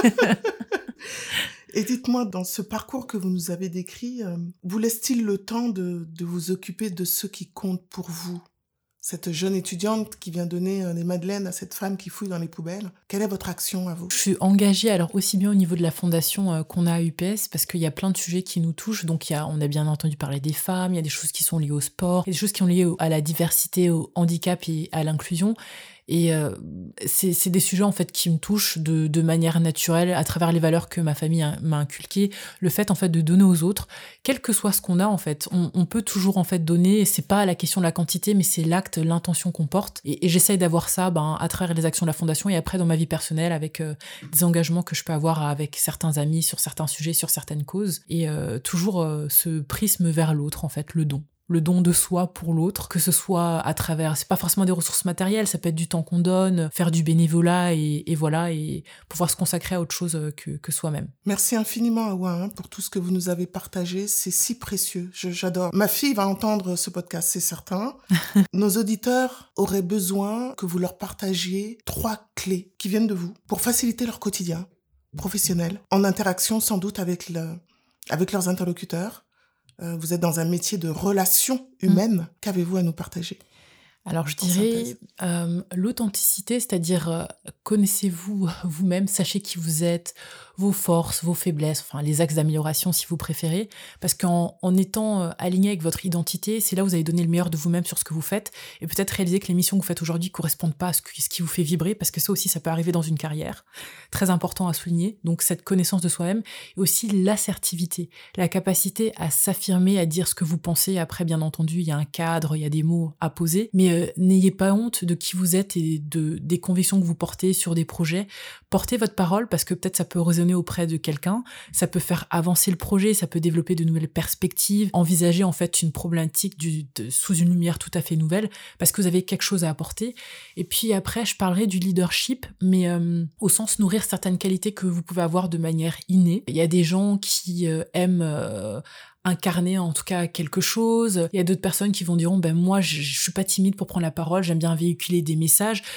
Speaker 2: Et dites-moi, dans ce parcours que vous nous avez décrit, euh, vous laisse-t-il le temps de, de vous occuper de ceux qui comptent pour vous? Cette jeune étudiante qui vient donner euh, les madeleines à cette femme qui fouille dans les poubelles, quelle est votre action à vous?
Speaker 3: Je suis engagée alors aussi bien au niveau de la fondation euh, qu'on a à U P S parce qu'il y a plein de sujets qui nous touchent. Donc il y a, on a bien entendu parler des femmes, il y a des choses qui sont liées au sport, il y a des choses qui sont liées au, à la diversité, au handicap et à l'inclusion. Et euh, c'est, c'est des sujets en fait qui me touchent de, de manière naturelle à travers les valeurs que ma famille a, m'a inculquées, le fait en fait de donner aux autres, quel que soit ce qu'on a en fait, on, on peut toujours en fait donner. Et c'est pas la question de la quantité, mais c'est l'acte, l'intention qu'on porte. Et, et j'essaye d'avoir ça ben, à travers les actions de la fondation et après dans ma vie personnelle avec euh, des engagements que je peux avoir avec certains amis sur certains sujets, sur certaines causes, et euh, toujours euh, ce prisme vers l'autre en fait, le don. Le don de soi pour l'autre, que ce soit à travers, c'est pas forcément des ressources matérielles, ça peut être du temps qu'on donne, faire du bénévolat et, et voilà, et pouvoir se consacrer à autre chose que, que soi-même.
Speaker 2: Merci infiniment, Awa, hein, pour tout ce que vous nous avez partagé, c'est si précieux, Je, j'adore. Ma fille va entendre ce podcast, c'est certain. Nos auditeurs auraient besoin que vous leur partagiez trois clés qui viennent de vous pour faciliter leur quotidien professionnel, en interaction sans doute avec, le, avec leurs interlocuteurs. Euh, vous êtes dans un métier de relations humaines. Mmh. Qu'avez-vous à nous partager?
Speaker 3: Alors, je dirais euh, l'authenticité, c'est-à-dire euh, connaissez-vous vous-même, sachez qui vous êtes, vos forces, vos faiblesses, enfin les axes d'amélioration si vous préférez, parce qu'en en étant euh, aligné avec votre identité, c'est là où vous allez donner le meilleur de vous-même sur ce que vous faites et peut-être réaliser que les missions que vous faites aujourd'hui correspondent pas à ce, que, ce qui vous fait vibrer, parce que ça aussi, ça peut arriver dans une carrière. Très important à souligner, donc cette connaissance de soi-même et aussi l'assertivité, la capacité à s'affirmer, à dire ce que vous pensez. Après, bien entendu, il y a un cadre, il y a des mots à poser, mais euh, n'ayez pas honte de qui vous êtes et de, des convictions que vous portez sur des projets. Portez votre parole parce que peut-être ça peut résonner auprès de quelqu'un, ça peut faire avancer le projet, ça peut développer de nouvelles perspectives, envisager en fait une problématique du, de, sous une lumière tout à fait nouvelle parce que vous avez quelque chose à apporter. Et puis après, je parlerai du leadership, mais euh, au sens nourrir certaines qualités que vous pouvez avoir de manière innée. Il y a des gens qui euh, aiment... Euh, incarner en tout cas quelque chose. Il y a d'autres personnes qui vont dire ben moi je, je suis pas timide pour prendre la parole, j'aime bien véhiculer des messages. Donc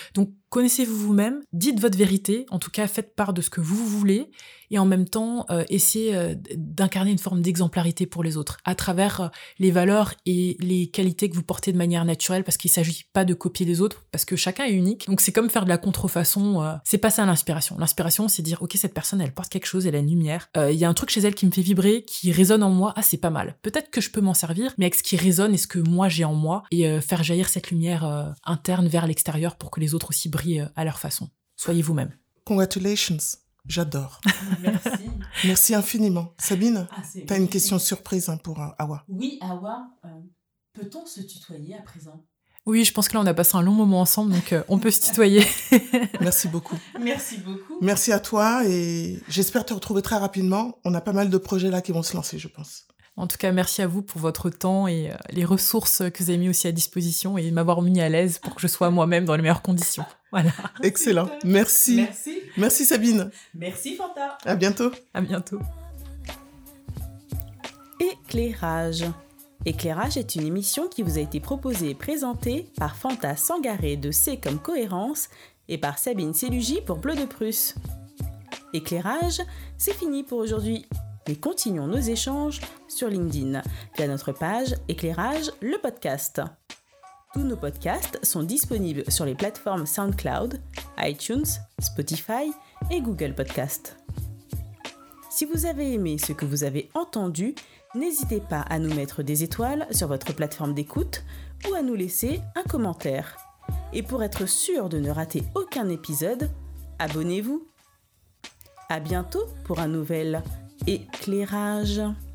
Speaker 3: Connaissez-vous vous-même, dites votre vérité, en tout cas faites part de ce que vous voulez, et en même temps euh, essayez euh, d'incarner une forme d'exemplarité pour les autres, à travers euh, les valeurs et les qualités que vous portez de manière naturelle, parce qu'il ne s'agit pas de copier les autres, parce que chacun est unique. Donc c'est comme faire de la contrefaçon, euh, c'est pas ça l'inspiration. L'inspiration, c'est dire, ok, cette personne, elle porte quelque chose, elle a une lumière, il euh, y a un truc chez elle qui me fait vibrer, qui résonne en moi, ah c'est pas mal. Peut-être que je peux m'en servir, mais avec ce qui résonne et ce que moi j'ai en moi, et euh, faire jaillir cette lumière euh, interne vers l'extérieur pour que les autres aussi brillent à leur façon. Soyez vous-même.
Speaker 2: Congratulations. J'adore.
Speaker 1: Merci.
Speaker 2: Merci infiniment. Sabine,
Speaker 1: Ah,
Speaker 2: tu as une question surprise hein, pour euh, Awa.
Speaker 1: Oui, Awa, euh, peut-on se tutoyer à présent?
Speaker 3: Oui, je pense que là, on a passé un long moment ensemble, donc euh, on peut se tutoyer.
Speaker 2: Merci beaucoup.
Speaker 1: Merci beaucoup.
Speaker 2: Merci à toi et j'espère te retrouver très rapidement. On a pas mal de projets là qui vont se lancer, je pense.
Speaker 3: En tout cas, merci à vous pour votre temps et euh, les ressources que vous avez mis aussi à disposition et m'avoir mis à l'aise pour que je sois moi-même dans les meilleures conditions. Voilà.
Speaker 2: Excellent. Merci.
Speaker 1: Merci.
Speaker 2: Merci Sabine.
Speaker 1: Merci Fanta.
Speaker 2: À bientôt.
Speaker 3: À bientôt.
Speaker 1: Éclairage. Éclairage est une émission qui vous a été proposée et présentée par Fanta Sangaré de C comme Cohérence et par Sabine Célugy pour Bleu de Prusse. Éclairage, c'est fini pour aujourd'hui. Mais continuons nos échanges sur LinkedIn via notre page Éclairage, le podcast. Tous nos podcasts sont disponibles sur les plateformes SoundCloud, iTunes, Spotify et Google Podcast. Si vous avez aimé ce que vous avez entendu, n'hésitez pas à nous mettre des étoiles sur votre plateforme d'écoute ou à nous laisser un commentaire. Et pour être sûr de ne rater aucun épisode, abonnez-vous. À bientôt pour un nouvel éclairage.